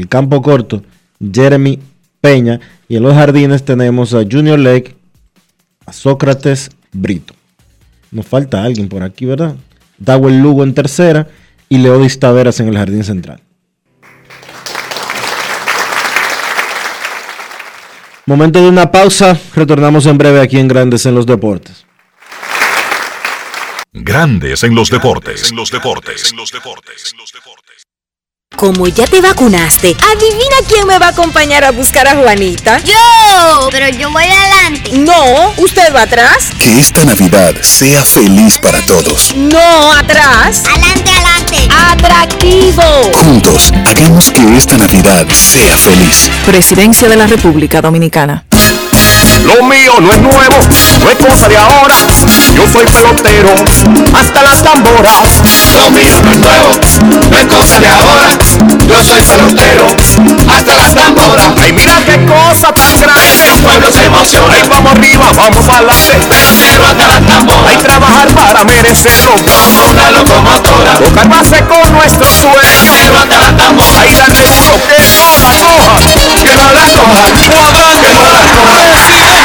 y en los jardines tenemos a Junior Lake, a Sócrates Brito. Nos falta alguien por aquí, ¿verdad? Dawel Lugo en tercera y Leody Taveras en el jardín central. Momento de una pausa, retornamos en breve aquí en Grandes en los Deportes. Grandes en los Deportes. Como ya te vacunaste, adivina quién me va a acompañar a buscar a Juanita. ¡Yo! Pero yo voy adelante. No, ¿usted va atrás? Que esta Navidad sea feliz para todos. No, atrás. Adelante, adelante. Atractivo. Juntos, hagamos que esta Navidad sea feliz. Presidencia de la República Dominicana. Lo mío no es nuevo, no es cosa de ahora. Yo soy pelotero, hasta las tamboras. Lo mío no es nuevo, no es cosa de ahora. Yo soy pelotero, hasta las tamboras. Ay, mira qué cosa tan grande. El pueblo se emociona. Ay, vamos arriba, vamos adelante. Pelotero hasta las tamboras. Hay trabajar para merecerlo. Como una locomotora. Tocar base con nuestro sueño. Pelotero hasta las tamboras. Ay, darle duro que no la coja. Que no la coja. Cuadrante, que no la coja.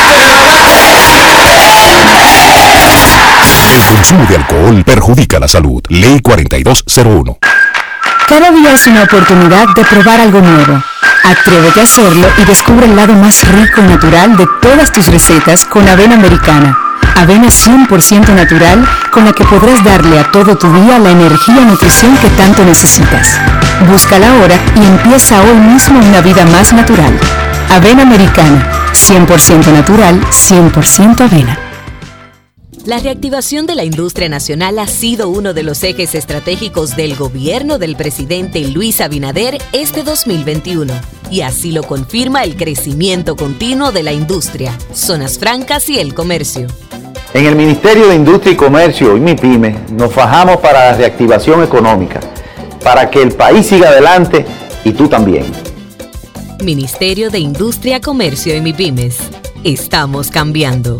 El consumo de alcohol perjudica la salud. Ley 4201. Cada día es una oportunidad de probar algo nuevo. Atrévete a hacerlo y descubre el lado más rico y natural de todas tus recetas con avena americana. Avena 100% natural con la que podrás darle a todo tu día la energía y nutrición que tanto necesitas. Búscala ahora y empieza hoy mismo una vida más natural. Avena americana, 100% natural, 100% avena. La reactivación de la industria nacional ha sido uno de los ejes estratégicos del gobierno del presidente Luis Abinader este 2021. Y así lo confirma el crecimiento continuo de la industria, zonas francas y el comercio. En el Ministerio de Industria y Comercio y MIPYME nos fajamos para la reactivación económica, para que el país siga adelante y tú también. Ministerio de Industria, Comercio y MIPYMES. Estamos cambiando.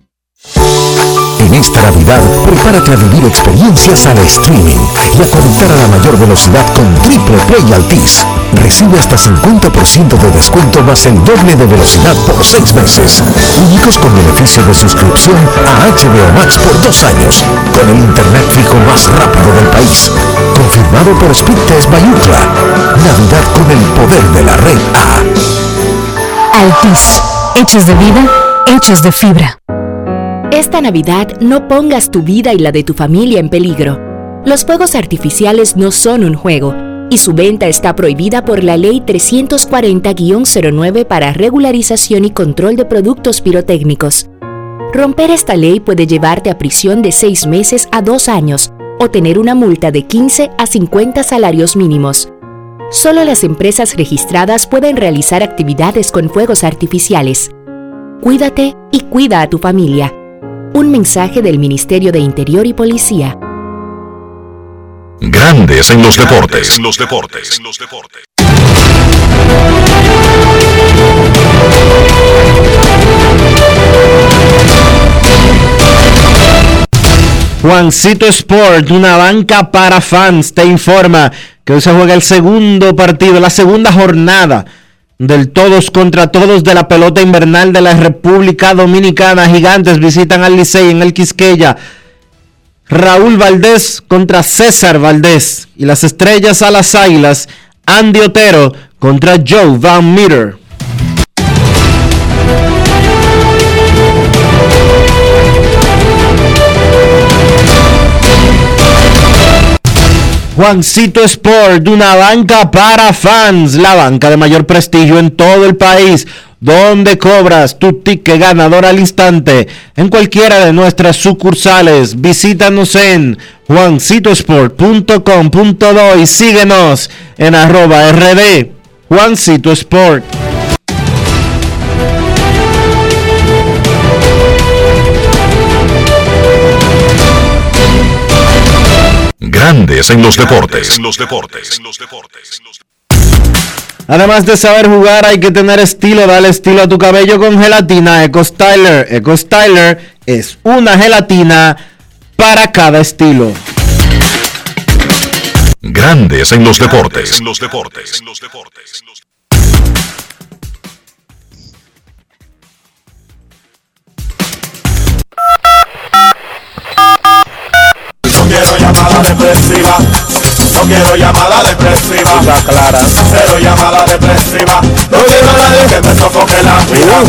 En esta Navidad, prepárate a vivir experiencias al streaming y a conectar a la mayor velocidad con Triple Play Altis. Recibe hasta 50% de descuento más el doble de velocidad por 6 meses. Únicos con beneficio de suscripción a HBO Max por 2 años, con el internet fijo más rápido del país. Confirmado por Speedtest by Ultra. Navidad con el poder de la red A. Altis, hechos de vida, hechos de fibra. Esta Navidad no pongas tu vida y la de tu familia en peligro. Los fuegos artificiales no son un juego y su venta está prohibida por la Ley 340-09 para regularización y control de productos pirotécnicos. Romper esta ley puede llevarte a prisión de 6 meses a 2 años o tener una multa de 15 a 50 salarios mínimos. Solo las empresas registradas pueden realizar actividades con fuegos artificiales. Cuídate y cuida a tu familia. Un mensaje del Ministerio de Interior y Policía. Grandes en los deportes. Juancito Sport, una banca para fans, te informa que hoy se juega el segundo partido, la segunda jornada del todos contra todos de la pelota invernal de la República Dominicana. Gigantes visitan al Licey en el Quisqueya. Raúl Valdés contra César Valdés. Y las Estrellas a las Águilas, Andy Otero contra Joe Van Meter. Juancito Sport, una banca para fans, la banca de mayor prestigio en todo el país, donde cobras tu ticket ganador al instante en cualquiera de nuestras sucursales. Visítanos en juancitosport.com.do y síguenos en @RD Juancito Sport. Grandes en los deportes. Además de saber jugar, hay que tener estilo. Dale estilo a tu cabello con gelatina Eco Styler. Eco Styler es una gelatina para cada estilo. Grandes en los deportes. No quiero llamada depresiva. No quiero llamada depresiva. Clara. Cero llamada depresiva. No quiero a nadie que me sofoque la vida.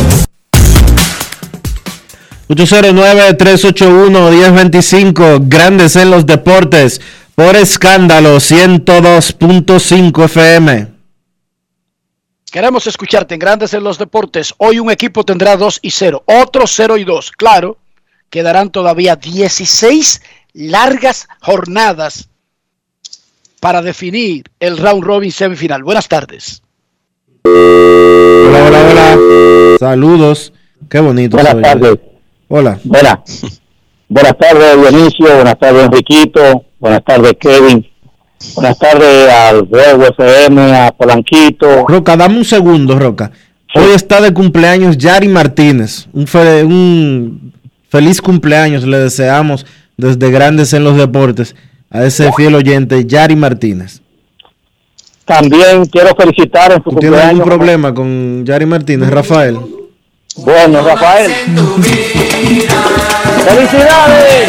809-381-1025. Grandes en los deportes. Por Escándalo 102.5 FM. Queremos escucharte en Grandes en los deportes. Hoy un equipo tendrá 2-0, otro 0-2. Claro, quedarán todavía 16 largas jornadas para definir el round robin semifinal. Buenas tardes. Hola. Saludos. Qué bonito. Buenas tardes. Hola. Buenas tardes, Dionisio. Buenas tardes, Enriquito. Buenas tardes, Kevin. Buenas tardes al Juego FM, a Polanquito. Roca, dame un segundo, Roca. Hoy está de cumpleaños Yari Martínez. Un feliz cumpleaños le deseamos desde Grandes en los Deportes a ese fiel oyente, Yari Martínez. También quiero felicitar en su cumpleaños. ¿Tienes algún problema con Yari Martínez, Rafael? Bueno, Rafael. ¡Felicidades!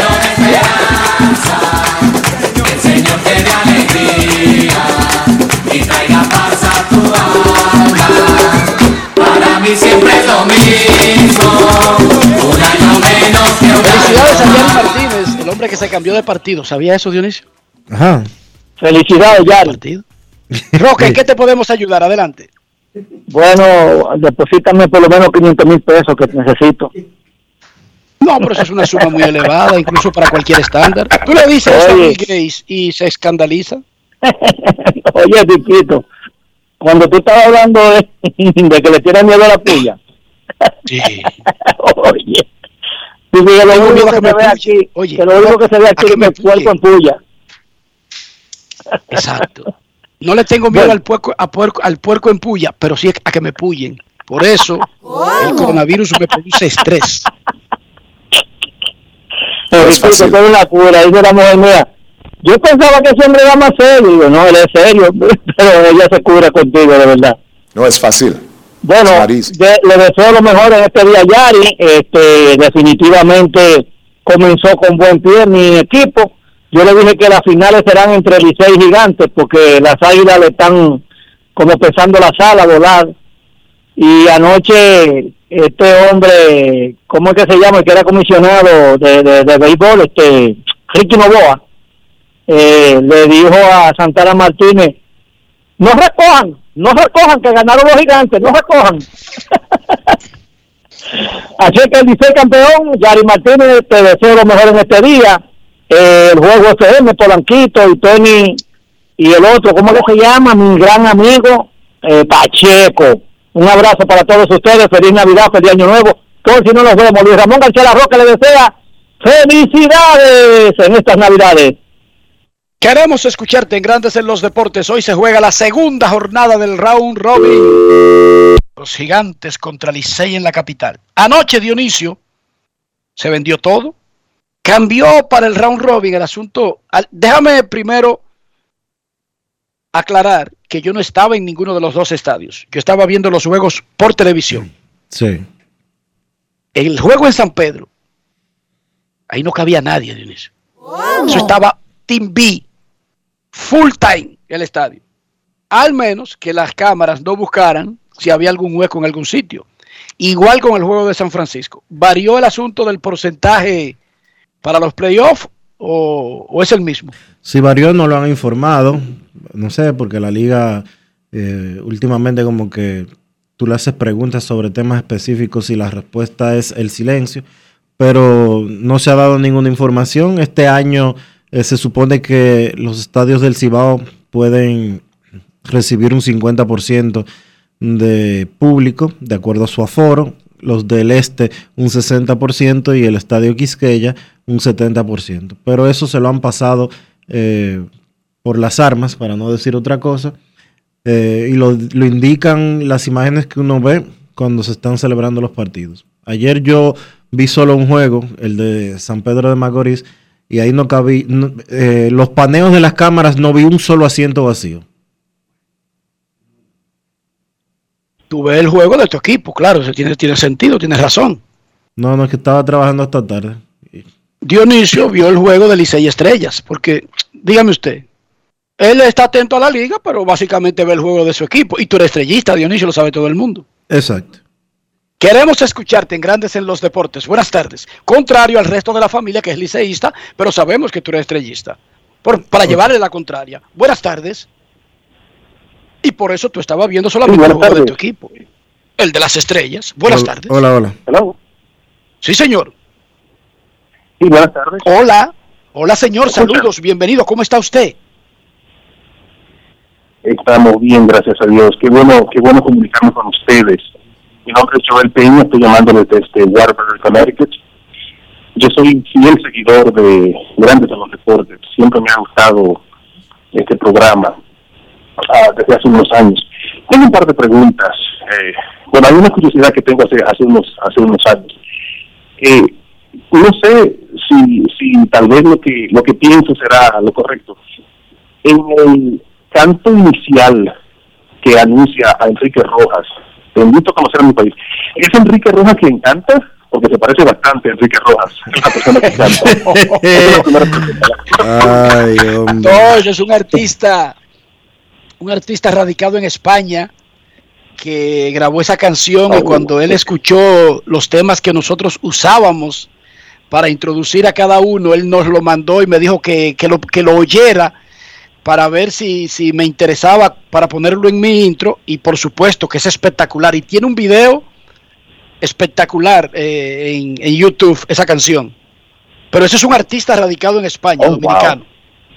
El Señor te dé alegría y traiga paz a tu alma. Para mí siempre es lo mismo. Un año menos que un año. Felicidades a Yari Martínez, el hombre que se cambió de partido. ¿Sabía eso, Dionisio? Ajá. Felicidades, Yari. Roque, ¿en qué te podemos ayudar? Adelante. Bueno, deposítame por lo menos 500,000 pesos que necesito. No, pero eso es una suma muy elevada, incluso para cualquier estándar. Tú le dices a Bill Gates y se escandaliza. Oye, Tiquito, cuando tú estabas hablando de que le tienes miedo a la puya. Sí. Oye, lo único que se ve aquí, que lo único que se ve aquí es el puerco en puya. Exacto. No le tengo miedo al puerco en puya, pero sí a que me puyen. Por eso el coronavirus me produce estrés. Eso es una cura, dice la mujer mía. Yo pensaba que ese hombre era más serio. Digo, no, él es serio, pero ella se cura contigo, de verdad. No es fácil. Bueno, le deseo lo mejor en este día, Yari. Definitivamente comenzó con buen pie mi equipo. Yo le dije que las finales serán entre Licey y Gigantes, porque las Águilas le están como pesando la sala a volar. Y anoche este hombre, ¿cómo es que se llama? El que era comisionado de béisbol, Ricky Novoa, le dijo a Santana Martínez, no recojan, que ganaron los Gigantes, no recojan. Así que el Licey campeón, Yari Martínez, te deseo lo mejor en este día. El Juego FM, Polanquito y Tony y el otro, ¿cómo que se llama? Mi gran amigo Pacheco. Un abrazo para todos ustedes, feliz Navidad, feliz Año Nuevo. Todos si no nos vemos, Luis Ramón García La Roca le desea felicidades en estas Navidades. Queremos escucharte en Grandes en los Deportes. Hoy se juega la segunda jornada del Round Robin. Los Gigantes contra Licey en la capital. Anoche, Dionisio, se vendió todo. Cambió para el Round Robin el asunto. Déjame primero aclarar que yo no estaba en ninguno de los dos estadios. Yo estaba viendo los juegos por televisión. Sí. El juego en San Pedro, ahí no cabía nadie, Dionisio. Eso estaba Team B, full time el estadio. Al menos que las cámaras no buscaran si había algún hueco en algún sitio. Igual con el juego de San Francisco. ¿Varió el asunto del porcentaje para los playoffs o es el mismo? Si varió, no lo han informado. No sé, porque la liga últimamente como que tú le haces preguntas sobre temas específicos y la respuesta es el silencio. Pero no se ha dado ninguna información. Este año se supone que los estadios del Cibao pueden recibir un 50% de público, de acuerdo a su aforo. Los del este un 60% y el estadio Quisqueya un 70%. Pero eso se lo han pasado por las armas, para no decir otra cosa. Y lo indican las imágenes que uno ve cuando se están celebrando los partidos. Ayer yo vi solo un juego, el de San Pedro de Macorís, y ahí no cabí, los paneos de las cámaras no vi un solo asiento vacío. Tú ves el juego de tu equipo, claro, eso tiene sentido, tienes razón. No, es que estaba trabajando hasta tarde. Dionisio vio el juego de Licey Estrellas, porque, dígame usted, él está atento a la liga, pero básicamente ve el juego de su equipo. Y tú eres estrellista, Dionisio, lo sabe todo el mundo. Exacto. Queremos escucharte en Grandes en los Deportes. Buenas tardes. Contrario al resto de la familia que es liceísta, pero sabemos que tú eres estrellista. Para llevarle la contraria. Buenas tardes. Y por eso tú estabas viendo solamente el juego de tu equipo. El de las estrellas. Buenas tardes. Hola. Hello. Sí, señor. Sí, buenas tardes. Hola, señor. Saludos. Bienvenido. ¿Cómo está usted? Estamos bien, gracias a Dios. Qué bueno comunicarnos con ustedes. Mi nombre es Joel Peña, estoy llamándole desde Waterbury, Connecticut. Yo soy fiel seguidor de Grandes en los Deportes. Siempre me ha gustado este programa desde hace unos años. Tengo un par de preguntas. Hay una curiosidad que tengo hace unos años. No sé si tal vez lo que pienso será lo correcto. En el canto inicial que anuncia a Enrique Rojas, te invito a conocer a mi país. ¿Es Enrique Rojas quien canta? Porque se parece bastante a Enrique Rojas, la persona que canta. Ay, hombre. No, es un artista radicado en España que grabó esa canción y cuando él escuchó los temas que nosotros usábamos para introducir a cada uno, él nos lo mandó y me dijo que lo oyera para ver si me interesaba para ponerlo en mi intro, y por supuesto que es espectacular y tiene un video espectacular en YouTube, esa canción. Pero ese es un artista radicado en España, dominicano.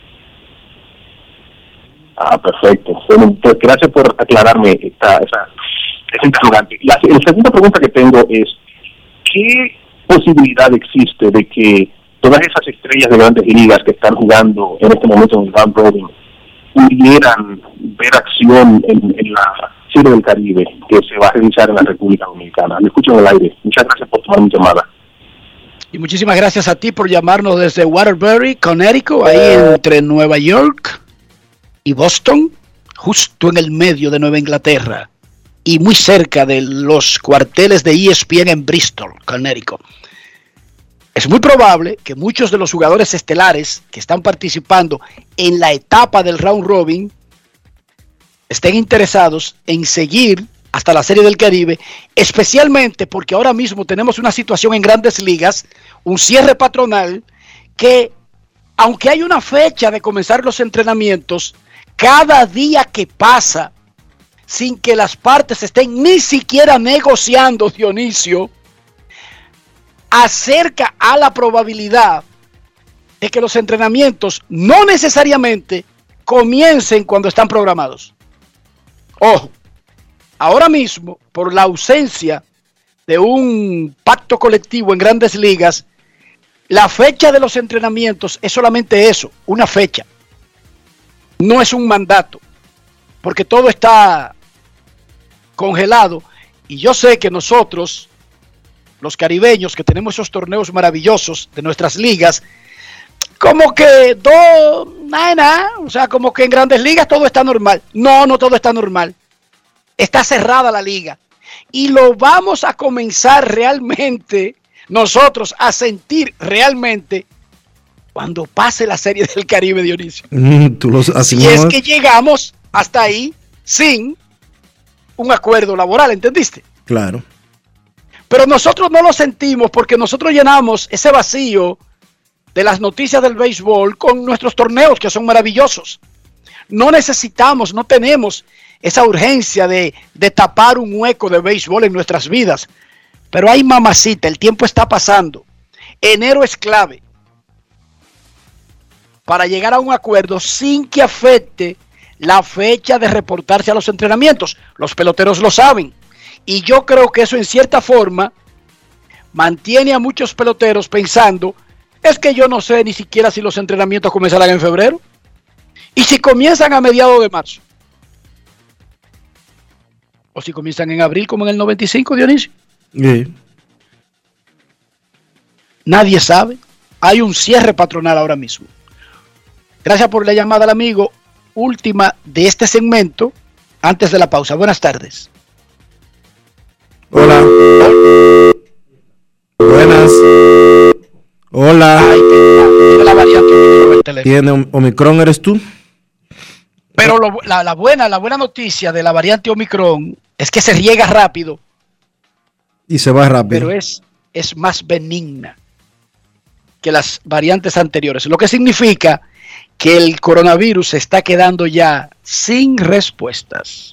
Wow. Perfecto. Bueno, pues gracias por aclararme esa interrogante. La segunda pregunta que tengo es, ¿qué posibilidad existe de que todas esas estrellas de grandes ligas que están jugando en este momento en el Round Robin pudieran ver acción en la Serie del Caribe que se va a realizar en la República Dominicana? Me escucho en el aire. Muchas gracias por tomar mi llamada. Y muchísimas gracias a ti por llamarnos desde Waterbury, Connecticut, ahí entre Nueva York y Boston, justo en el medio de Nueva Inglaterra y muy cerca de los cuarteles de ESPN en Bristol, Connecticut. Es muy probable que muchos de los jugadores estelares que están participando en la etapa del Round Robin estén interesados en seguir hasta la Serie del Caribe, especialmente porque ahora mismo tenemos una situación en Grandes Ligas, un cierre patronal, que aunque hay una fecha de comenzar los entrenamientos, cada día que pasa sin que las partes estén ni siquiera negociando, Dionisio, acerca a la probabilidad de que los entrenamientos no necesariamente comiencen cuando están programados. Ojo, ahora mismo, por la ausencia de un pacto colectivo en Grandes Ligas, la fecha de los entrenamientos es solamente eso, una fecha. No es un mandato, porque todo está congelado. Y yo sé que nosotros, los caribeños, que tenemos esos torneos maravillosos de nuestras ligas, como que nada, o sea, como que en Grandes Ligas todo está normal. No todo está normal. Está cerrada la liga. Y lo vamos a comenzar realmente nosotros a sentir realmente cuando pase la Serie del Caribe, Dionisio. Si es que llegamos hasta ahí sin un acuerdo laboral, ¿entendiste? Claro. Pero nosotros no lo sentimos porque nosotros llenamos ese vacío de las noticias del béisbol con nuestros torneos que son maravillosos. No necesitamos, no tenemos esa urgencia de tapar un hueco de béisbol en nuestras vidas. Pero hay mamacita, el tiempo está pasando. Enero es clave para llegar a un acuerdo sin que afecte la fecha de reportarse a los entrenamientos. Los peloteros lo saben. Y yo creo que eso en cierta forma mantiene a muchos peloteros pensando, es que yo no sé ni siquiera si los entrenamientos comenzarán en febrero. Y si comienzan a mediados de marzo. O si comienzan en abril como en el 95, Dionisio. Sí. Nadie sabe. Hay un cierre patronal ahora mismo. Gracias por la llamada al amigo. Última de este segmento antes de la pausa. Buenas tardes. Hola. Buenas. Hola. Ay, la variante ¿Tiene Omicron eres tú? Pero la buena noticia de la variante Omicron es que se riega rápido. Y se va rápido. Pero es más benigna que las variantes anteriores. Lo que significa que el coronavirus se está quedando ya sin respuestas.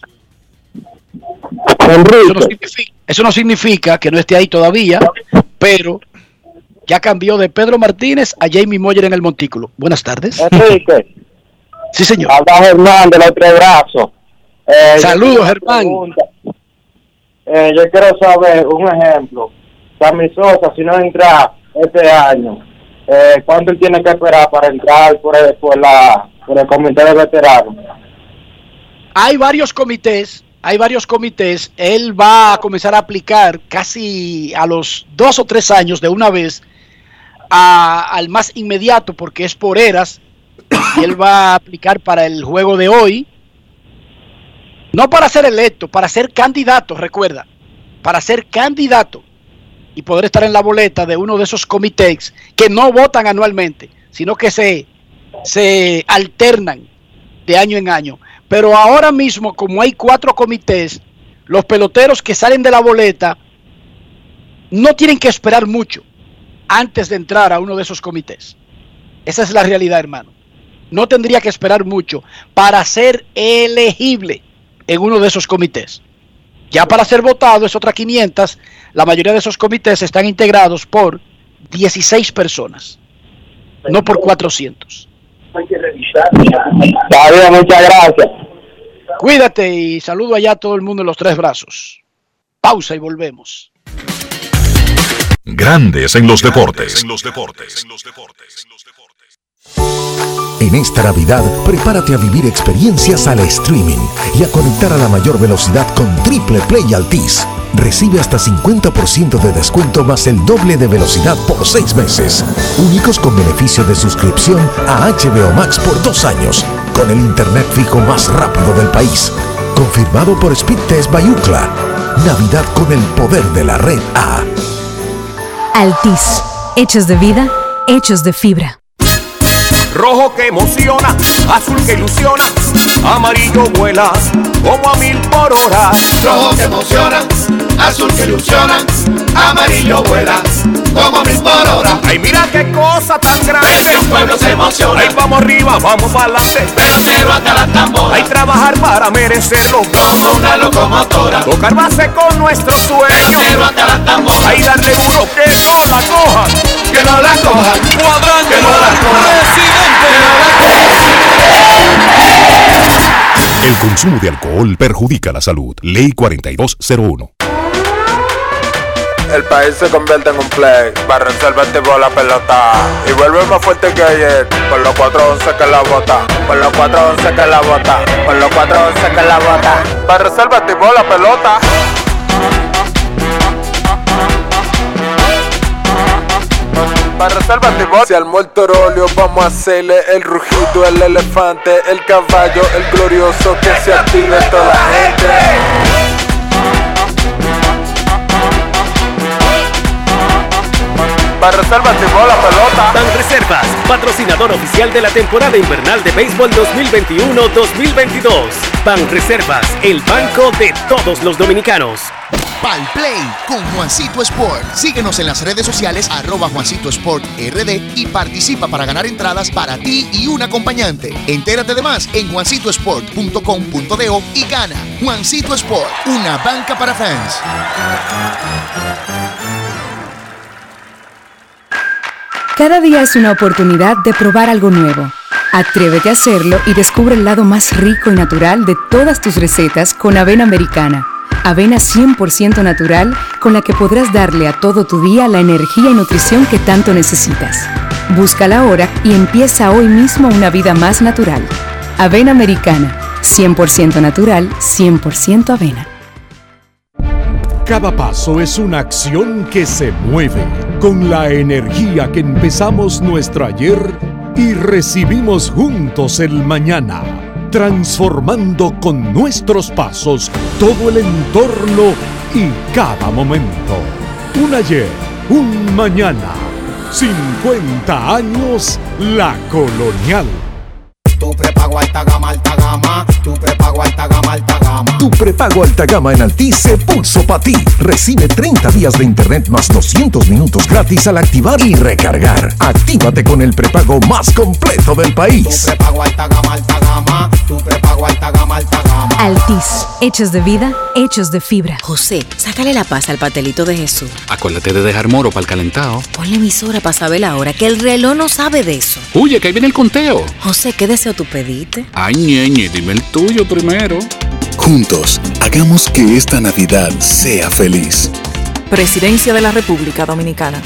Eso no significa que no esté ahí todavía, pero ya cambió de Pedro Martínez a Jamie Moyer en el montículo. Buenas tardes. Enrique. Sí, señor. Habla Germán del otro brazo. Saludos, Germán. Yo quiero saber un ejemplo. Sammy Sosa, si no entra este año, ¿cuánto él tiene que esperar para entrar por el comité de veteranos? Hay varios comités. Él va a comenzar a aplicar casi a los 2 o 3 años de una vez al más inmediato, porque es por eras. Y él va a aplicar para el juego de hoy. No para ser electo, para ser candidato, recuerda. Para ser candidato y poder estar en la boleta de uno de esos comités que no votan anualmente, sino que se alternan de año en año. Pero ahora mismo, como hay 4 comités, los peloteros que salen de la boleta no tienen que esperar mucho antes de entrar a uno de esos comités. Esa es la realidad, hermano. No tendría que esperar mucho para ser elegible en uno de esos comités. Ya para ser votado es otra 500. La mayoría de esos comités están integrados por 16 personas, no por 400. Está bien, muchas gracias. Cuídate y saludo allá a todo el mundo en los 3 brazos. Pausa y volvemos. Grandes en los deportes. En esta Navidad, prepárate a vivir experiencias al streaming y a conectar a la mayor velocidad con Triple Play Altis. Recibe hasta 50% de descuento más el doble de velocidad por 6 meses. Únicos con beneficio de suscripción a HBO Max por 2 años, con el internet fijo más rápido del país. Confirmado por Speedtest by Ookla. Navidad con el poder de la red A. Altis. Hechos de vida, hechos de fibra. Rojo que emociona, azul que ilusiona, amarillo vuela como a 1000 por hora. Rojo que emociona, azul que ilusiona, amarillo vuela como a 1000 por hora. Ay, mira qué cosa tan grande. Es que un pueblo se emociona. Ay, vamos arriba, vamos para adelante. Pelotero hasta la tambora. Hay trabajar para merecerlo. Como una locomotora. Tocar base con nuestros sueños. Pelotero hasta la tambora. Ay, darle duro que no la cojan. Que no la cojan. Cuadrante. Que no la cojan. El consumo de alcohol perjudica la salud. Ley 4201. el país se convierte en un play. Banreservas activó la pelota y vuelve más fuerte que ayer. Por los 411 que la bota, por los 411 que la bota, por los 411 que la bota. Banreservas activó la pelota. Banreservas activó. Se armó el torolio, vamos a hacerle el rugido, el elefante, el caballo, el glorioso, que se active toda la gente. Banreservas activó la pelota. Banreservas, patrocinador oficial de la temporada invernal de béisbol 2021-2022. Banreservas, el banco de todos los dominicanos. Pal Play con Juancito Sport. Síguenos en las redes sociales @Juancito Sport RD y participa para ganar entradas para ti y un acompañante. Entérate de más en juancitosport.com.do y gana. Juancito Sport, una banca para fans. Cada día es una oportunidad de probar algo nuevo. Atrévete a hacerlo y descubre el lado más rico y natural de todas tus recetas con avena americana. Avena 100% natural con la que podrás darle a todo tu día la energía y nutrición que tanto necesitas. Búscala ahora y empieza hoy mismo una vida más natural. Avena americana, 100% natural, 100% avena. Cada paso es una acción que se mueve con la energía que empezamos nuestro ayer y recibimos juntos el mañana, transformando con nuestros pasos todo el entorno y cada momento. Un ayer, un mañana, 50 años La Colonial. Tu prepago alta gama, alta gama. Tu prepago alta gama, alta gama. Tu prepago alta gama en Altis se pulso para ti. Recibe 30 días de internet más 200 minutos gratis al activar y recargar. Actívate con el prepago más completo del país. Tu prepago alta gama, alta gama. Tu prepago alta gama, alta gama. Altis, hechos de vida, hechos de fibra. José, sácale la paz al pastelito de Jesús. Acuérdate de dejar moro para el calentado. Ponle emisora para saber la hora, que el reloj no sabe de eso. Oye, que ahí viene el conteo. José, ¿qué deseo tú pediste? Ay, ñeñe, dime el tuyo primero. Juntos, hagamos que esta Navidad sea feliz. Presidencia de la República Dominicana.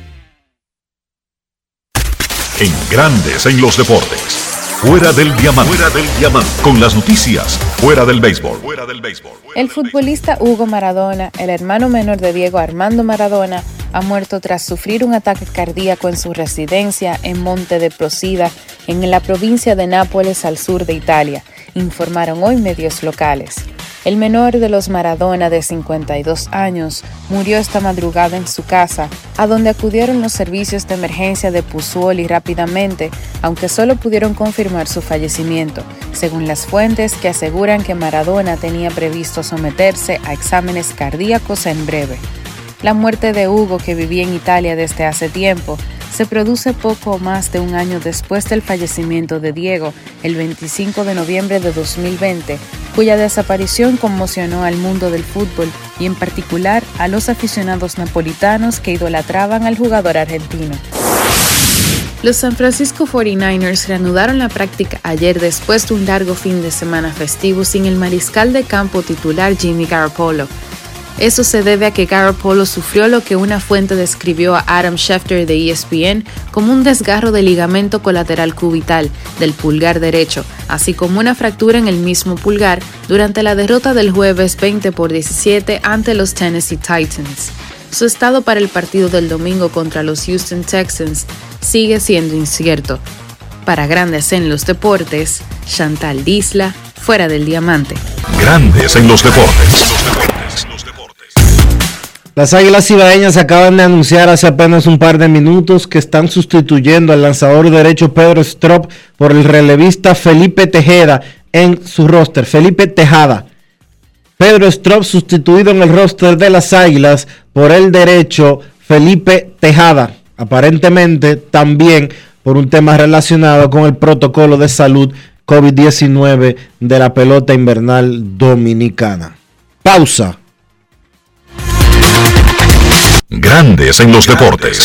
En Grandes en los Deportes. Fuera del diamante. Fuera del diamante. Con las noticias. Fuera del béisbol. Fuera del béisbol. El futbolista Hugo Maradona, el hermano menor de Diego Armando Maradona, ha muerto tras sufrir un ataque cardíaco en su residencia en Monte de Procida, en la provincia de Nápoles, al sur de Italia, informaron hoy medios locales. El menor de los Maradona, de 52 años, murió esta madrugada en su casa, a donde acudieron los servicios de emergencia de Pozzuoli rápidamente, aunque solo pudieron confirmar su fallecimiento, según las fuentes que aseguran que Maradona tenía previsto someterse a exámenes cardíacos en breve. La muerte de Hugo, que vivía en Italia desde hace tiempo, se produce poco más de un año después del fallecimiento de Diego, el 25 de noviembre de 2020, cuya desaparición conmocionó al mundo del fútbol y en particular a los aficionados napolitanos que idolatraban al jugador argentino. Los San Francisco 49ers reanudaron la práctica ayer después de un largo fin de semana festivo sin el mariscal de campo titular Jimmy Garoppolo. Eso se debe a que Garoppolo sufrió lo que una fuente describió a Adam Schefter de ESPN como un desgarro del ligamento colateral cubital del pulgar derecho, así como una fractura en el mismo pulgar durante la derrota del jueves 20-17 ante los Tennessee Titans. Su estado para el partido del domingo contra los Houston Texans sigue siendo incierto. Para Grandes en los Deportes, Chantal Disla, Fuera del Diamante. Grandes en los Deportes. Las Águilas Cibaeñas acaban de anunciar hace apenas un par de minutos que están sustituyendo al lanzador derecho Pedro Strop por el relevista Felipe Tejada en su roster. Felipe Tejada. Pedro Strop sustituido en el roster de las Águilas por el derecho Felipe Tejada. Aparentemente también por un tema relacionado con el protocolo de salud COVID-19 de la pelota invernal dominicana. Pausa. Grandes en los deportes.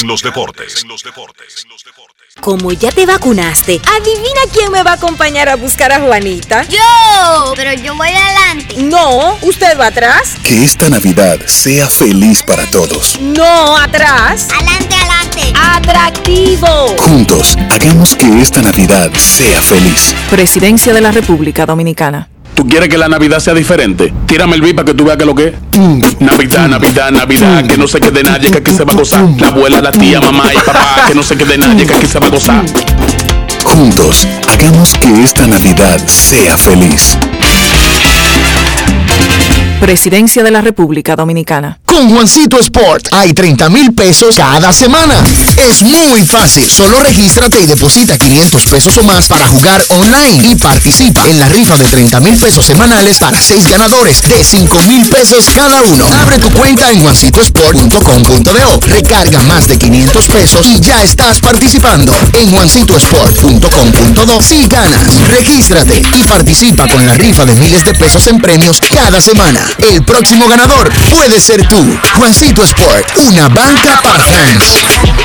Como ya te vacunaste, adivina quién me va a acompañar a buscar a Juanita. ¡Yo! Pero yo voy adelante. No, usted va atrás. Que esta Navidad sea feliz para todos. No, atrás. Adelante, adelante. Atractivo. Juntos, hagamos que esta Navidad sea feliz. Presidencia de la República Dominicana. ¿Tú quieres que la Navidad sea diferente? Tírame el beat para que tú veas que lo que es. Navidad, Navidad, Navidad, que no se quede nadie, que aquí se va a gozar. La abuela, la tía, mamá y papá, que no se quede nadie, que aquí se va a gozar. Juntos, hagamos que esta Navidad sea feliz. Presidencia de la República Dominicana. Con Juancito Sport hay 30,000 pesos cada semana. Es muy fácil. Solo regístrate y deposita 500 pesos o más para jugar online y participa en la rifa de 30,000 pesos semanales para 6 ganadores de 5,000 pesos cada uno. Abre tu cuenta en juancitosport.com.do. Recarga más de 500 pesos y ya estás participando. En juancitosport.com.do. Si ganas, regístrate y participa con la rifa de miles de pesos en premios cada semana. El próximo ganador puede ser tú. Juancito Sport, una banca para fans.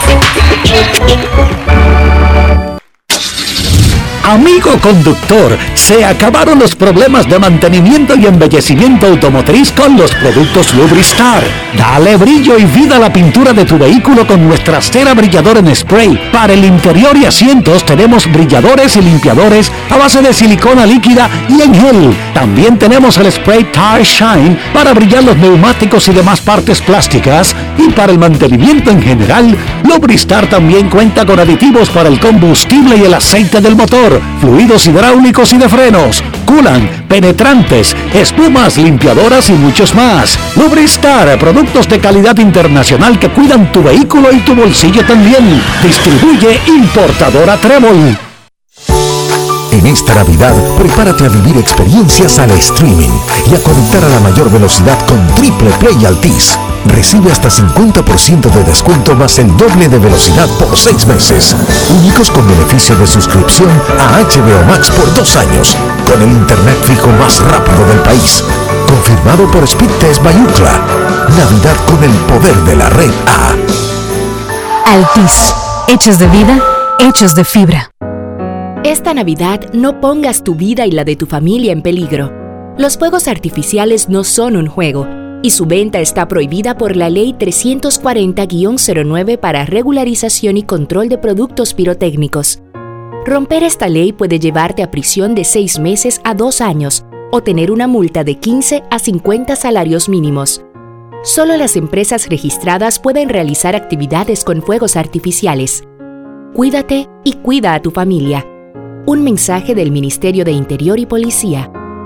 Amigo conductor, se acabaron los problemas de mantenimiento y embellecimiento automotriz con los productos Lubristar. Dale brillo y vida a la pintura de tu vehículo con nuestra cera brilladora en spray. Para el interior y asientos tenemos brilladores y limpiadores a base de silicona líquida y en gel. También tenemos el spray Tire Shine para brillar los neumáticos y demás partes plásticas. Y para el mantenimiento en general, Lubristar también cuenta con aditivos para el combustible y el aceite del motor, fluidos hidráulicos y de frenos, culan, penetrantes, espumas, limpiadoras y muchos más. Lubristar, productos de calidad internacional que cuidan tu vehículo y tu bolsillo también. Distribuye importadora Trébol. En esta Navidad, prepárate a vivir experiencias al streaming y a conectar a la mayor velocidad con Triple Play Altis. Recibe hasta 50% de descuento más el doble de velocidad por 6 meses. Únicos con beneficio de suscripción a HBO Max por 2 años, con el internet fijo más rápido del país. Confirmado por Speedtest by Ookla. Navidad con el poder de la red A. Altis. Hechos de vida, hechos de fibra. Esta Navidad no pongas tu vida y la de tu familia en peligro. Los fuegos artificiales no son un juego y su venta está prohibida por la Ley 340-09 para regularización y control de productos pirotécnicos. Romper esta ley puede llevarte a prisión de 6 meses a 2 años o tener una multa de 15 a 50 salarios mínimos. Solo las empresas registradas pueden realizar actividades con fuegos artificiales. Cuídate y cuida a tu familia. Un mensaje del Ministerio de Interior y Policía.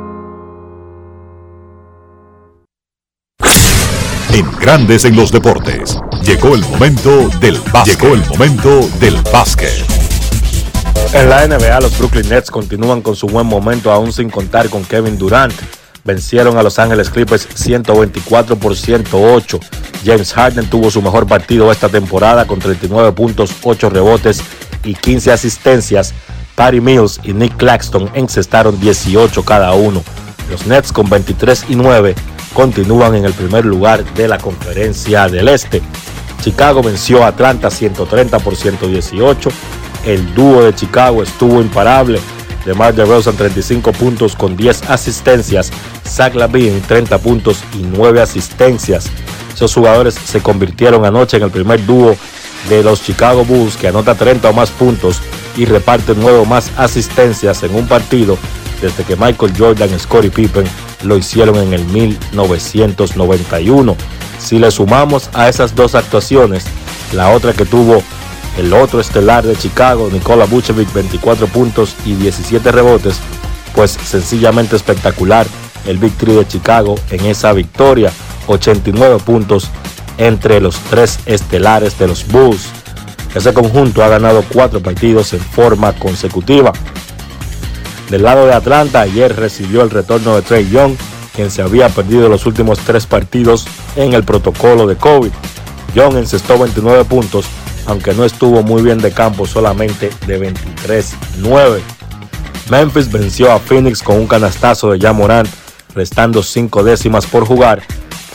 En Grandes en los Deportes, llegó el momento del básquet. En la NBA, los Brooklyn Nets continúan con su buen momento aún sin contar con Kevin Durant. Vencieron a Los Ángeles Clippers 124-108. James Harden tuvo su mejor partido esta temporada con 39 puntos, 8 rebotes y 15 asistencias. Patty Mills y Nick Claxton encestaron 18 cada uno. Los Nets con 23-9 continúan en el primer lugar de la Conferencia del Este. Chicago venció a Atlanta 130-118. El dúo de Chicago estuvo imparable. DeMar DeRozan 35 puntos con 10 asistencias. Zach LaVine 30 puntos y 9 asistencias. Esos jugadores se convirtieron anoche en el primer dúo de los Chicago Bulls que anota 30 o más puntos y reparte 9 o más asistencias en un partido desde que Michael Jordan y Scottie Pippen lo hicieron en el 1991. Si le sumamos a esas dos actuaciones, la otra que tuvo el otro estelar de Chicago, Nikola Vucevic, 24 puntos y 17 rebotes, pues sencillamente espectacular el Big Three de Chicago en esa victoria, 89 puntos entre los 3 estelares de los Bulls. Ese conjunto ha ganado 4 partidos en forma consecutiva. Del lado de Atlanta, ayer recibió el retorno de Trae Young, quien se había perdido los últimos 3 partidos en el protocolo de COVID. Young encestó 29 puntos, aunque no estuvo muy bien de campo, solamente de 23-9. Memphis venció a Phoenix con un canastazo de Ja Morant, restando 5 décimas por jugar.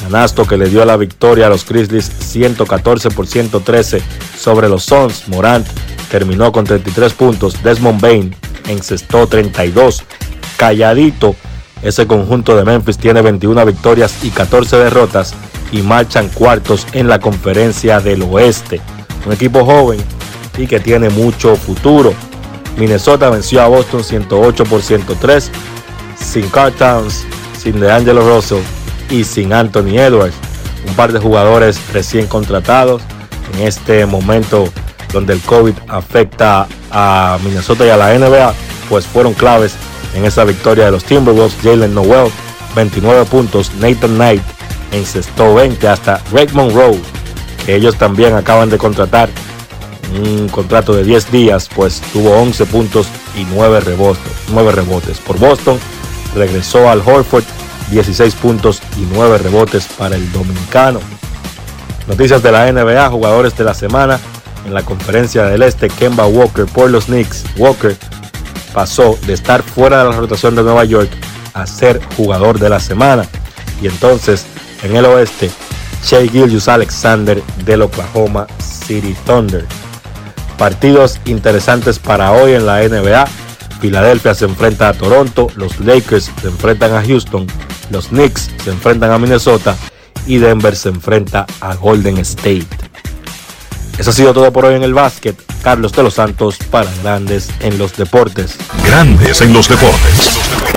Canasto que le dio la victoria a los Grizzlies 114-113 sobre los Suns. Morant terminó con 33 puntos. Desmond Bane encestó 32. Calladito, ese conjunto de Memphis tiene 21 victorias y 14 derrotas y marchan cuartos en la conferencia del oeste. Un equipo joven y que tiene mucho futuro. Minnesota venció a Boston 108-103, sin Karl Towns, sin DeAngelo Russell y sin Anthony Edwards. Un par de jugadores recién contratados en este momento donde el COVID afecta a Minnesota y a la NBA, pues fueron claves en esa victoria de los Timberwolves. Jalen Noel, 29 puntos. Nathan Knight encestó 20. Hasta Greg Monroe, que ellos también acaban de contratar un contrato de 10 días, pues tuvo 11 puntos y 9 rebotes. Por Boston regresó Al Horford, 16 puntos y 9 rebotes para el dominicano. Noticias de la NBA, jugadores de la semana. En la conferencia del Este, Kemba Walker por los Knicks. Walker pasó de estar fuera de la rotación de Nueva York a ser jugador de la semana. Y entonces, en el Oeste, Shai Gilgeous-Alexander del Oklahoma City Thunder. Partidos interesantes para hoy en la NBA. Filadelfia se enfrenta a Toronto, los Lakers se enfrentan a Houston, los Knicks se enfrentan a Minnesota y Denver se enfrenta a Golden State. Eso ha sido todo por hoy en el básquet. Carlos de los Santos para Grandes en los Deportes. Grandes en los Deportes.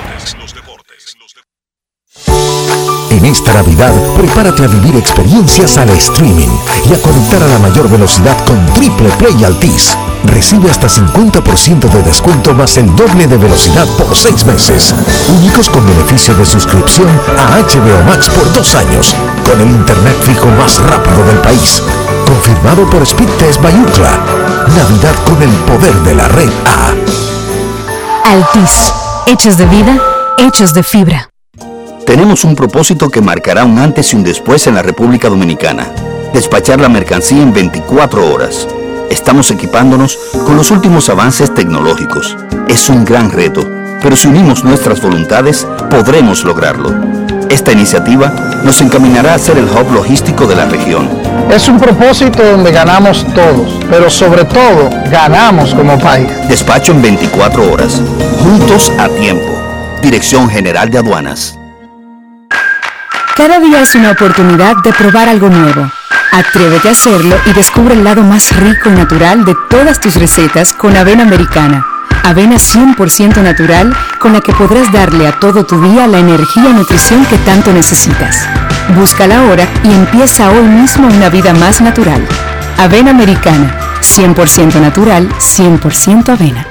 En esta Navidad, prepárate a vivir experiencias al streaming y a conectar a la mayor velocidad con Triple Play Altis. Recibe hasta 50% de descuento más el doble de velocidad por 6 meses. Únicos con beneficio de suscripción a HBO Max por 2 años, con el internet fijo más rápido del país. Confirmado por Speedtest by Ookla. Navidad con el poder de la red A. Altis. Hechos de vida, hechos de fibra. Tenemos un propósito que marcará un antes y un después en la República Dominicana. Despachar la mercancía en 24 horas. Estamos equipándonos con los últimos avances tecnológicos. Es un gran reto, pero si unimos nuestras voluntades, podremos lograrlo. Esta iniciativa nos encaminará a ser el hub logístico de la región. Es un propósito donde ganamos todos, pero sobre todo ganamos como país. Despacho en 24 horas, juntos a tiempo. Dirección General de Aduanas. Cada día es una oportunidad de probar algo nuevo. Atrévete a hacerlo y descubre el lado más rico y natural de todas tus recetas con avena americana. Avena 100% natural con la que podrás darle a todo tu día la energía y nutrición que tanto necesitas. Búscala ahora y empieza hoy mismo una vida más natural. Avena americana, 100% natural, 100% avena.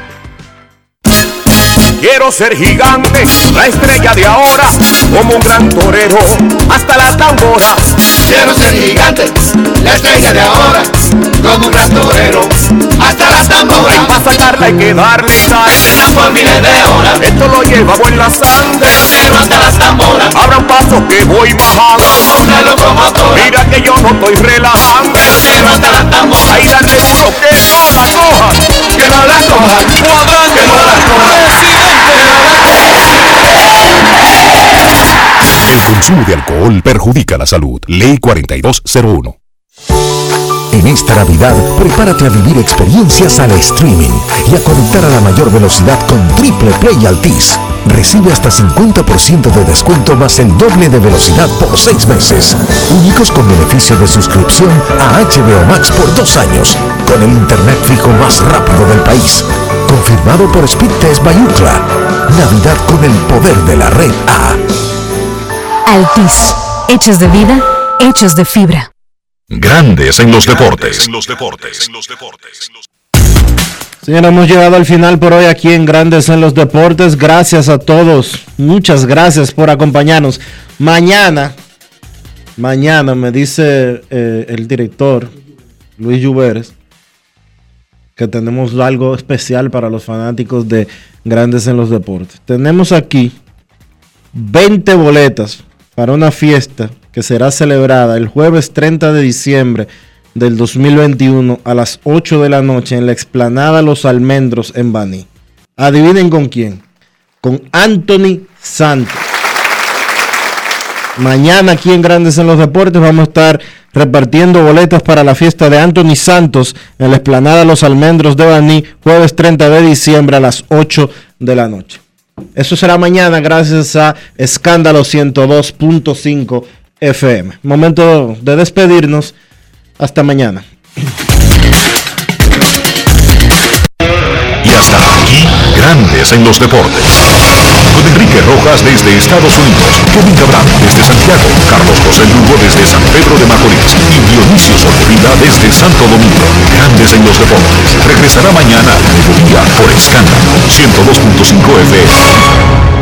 Quiero ser gigante, la estrella de ahora, como un gran torero, hasta la tambora. Quiero ser gigante, la estrella de ahora, como un gran torero, hasta la tambora. Y para sacarla hay que darle sal, por miles de horas. Esto lo llevamos en la sangre, pero hasta las tamboras. Abran paso que voy bajando, como una locomotora. Mira que yo no estoy relajando, pero hasta las tamboras. Ahí darle duro que no la cojan, que no la cojan, cuadrante, que no la cojan. El consumo de alcohol perjudica la salud. Ley 4201. En esta Navidad, prepárate a vivir experiencias al streaming y a conectar a la mayor velocidad con Triple Play Altis. Recibe hasta 50% de descuento más el doble de velocidad por 6 meses. Únicos con beneficio de suscripción a HBO Max por 2 años, con el internet fijo más rápido del país. Confirmado por Speedtest by Ookla. Navidad con el poder de la red A. Altis. Hechos de vida, hechos de fibra. Grandes en los deportes. Señora, hemos llegado al final por hoy aquí en Grandes en los Deportes. Gracias a todos. Muchas gracias por acompañarnos. Mañana me dice el director Luis Lluveres que tenemos algo especial para los fanáticos de Grandes en los Deportes. Tenemos aquí 20 boletas para una fiesta que será celebrada el jueves 30 de diciembre del 2021 a las 8 de la noche en la explanada Los Almendros en Baní. Adivinen con quién. Con Anthony Santos. Mañana aquí en Grandes en los Deportes vamos a estar repartiendo boletas para la fiesta de Anthony Santos en la explanada Los Almendros de Baní, jueves 30 de diciembre a las 8 de la noche. Eso será mañana gracias a Escándalo 102.5 FM. Momento de despedirnos. Hasta mañana. Y hasta aquí, Grandes en los Deportes. Con Enrique Rojas desde Estados Unidos, Kevin Cabral desde Santiago, Carlos José Lugo desde San Pedro de Macorís y Dionisio Solterida desde Santo Domingo. Grandes en los Deportes. Regresará mañana a mediodía por Escándalo 102.5 FM.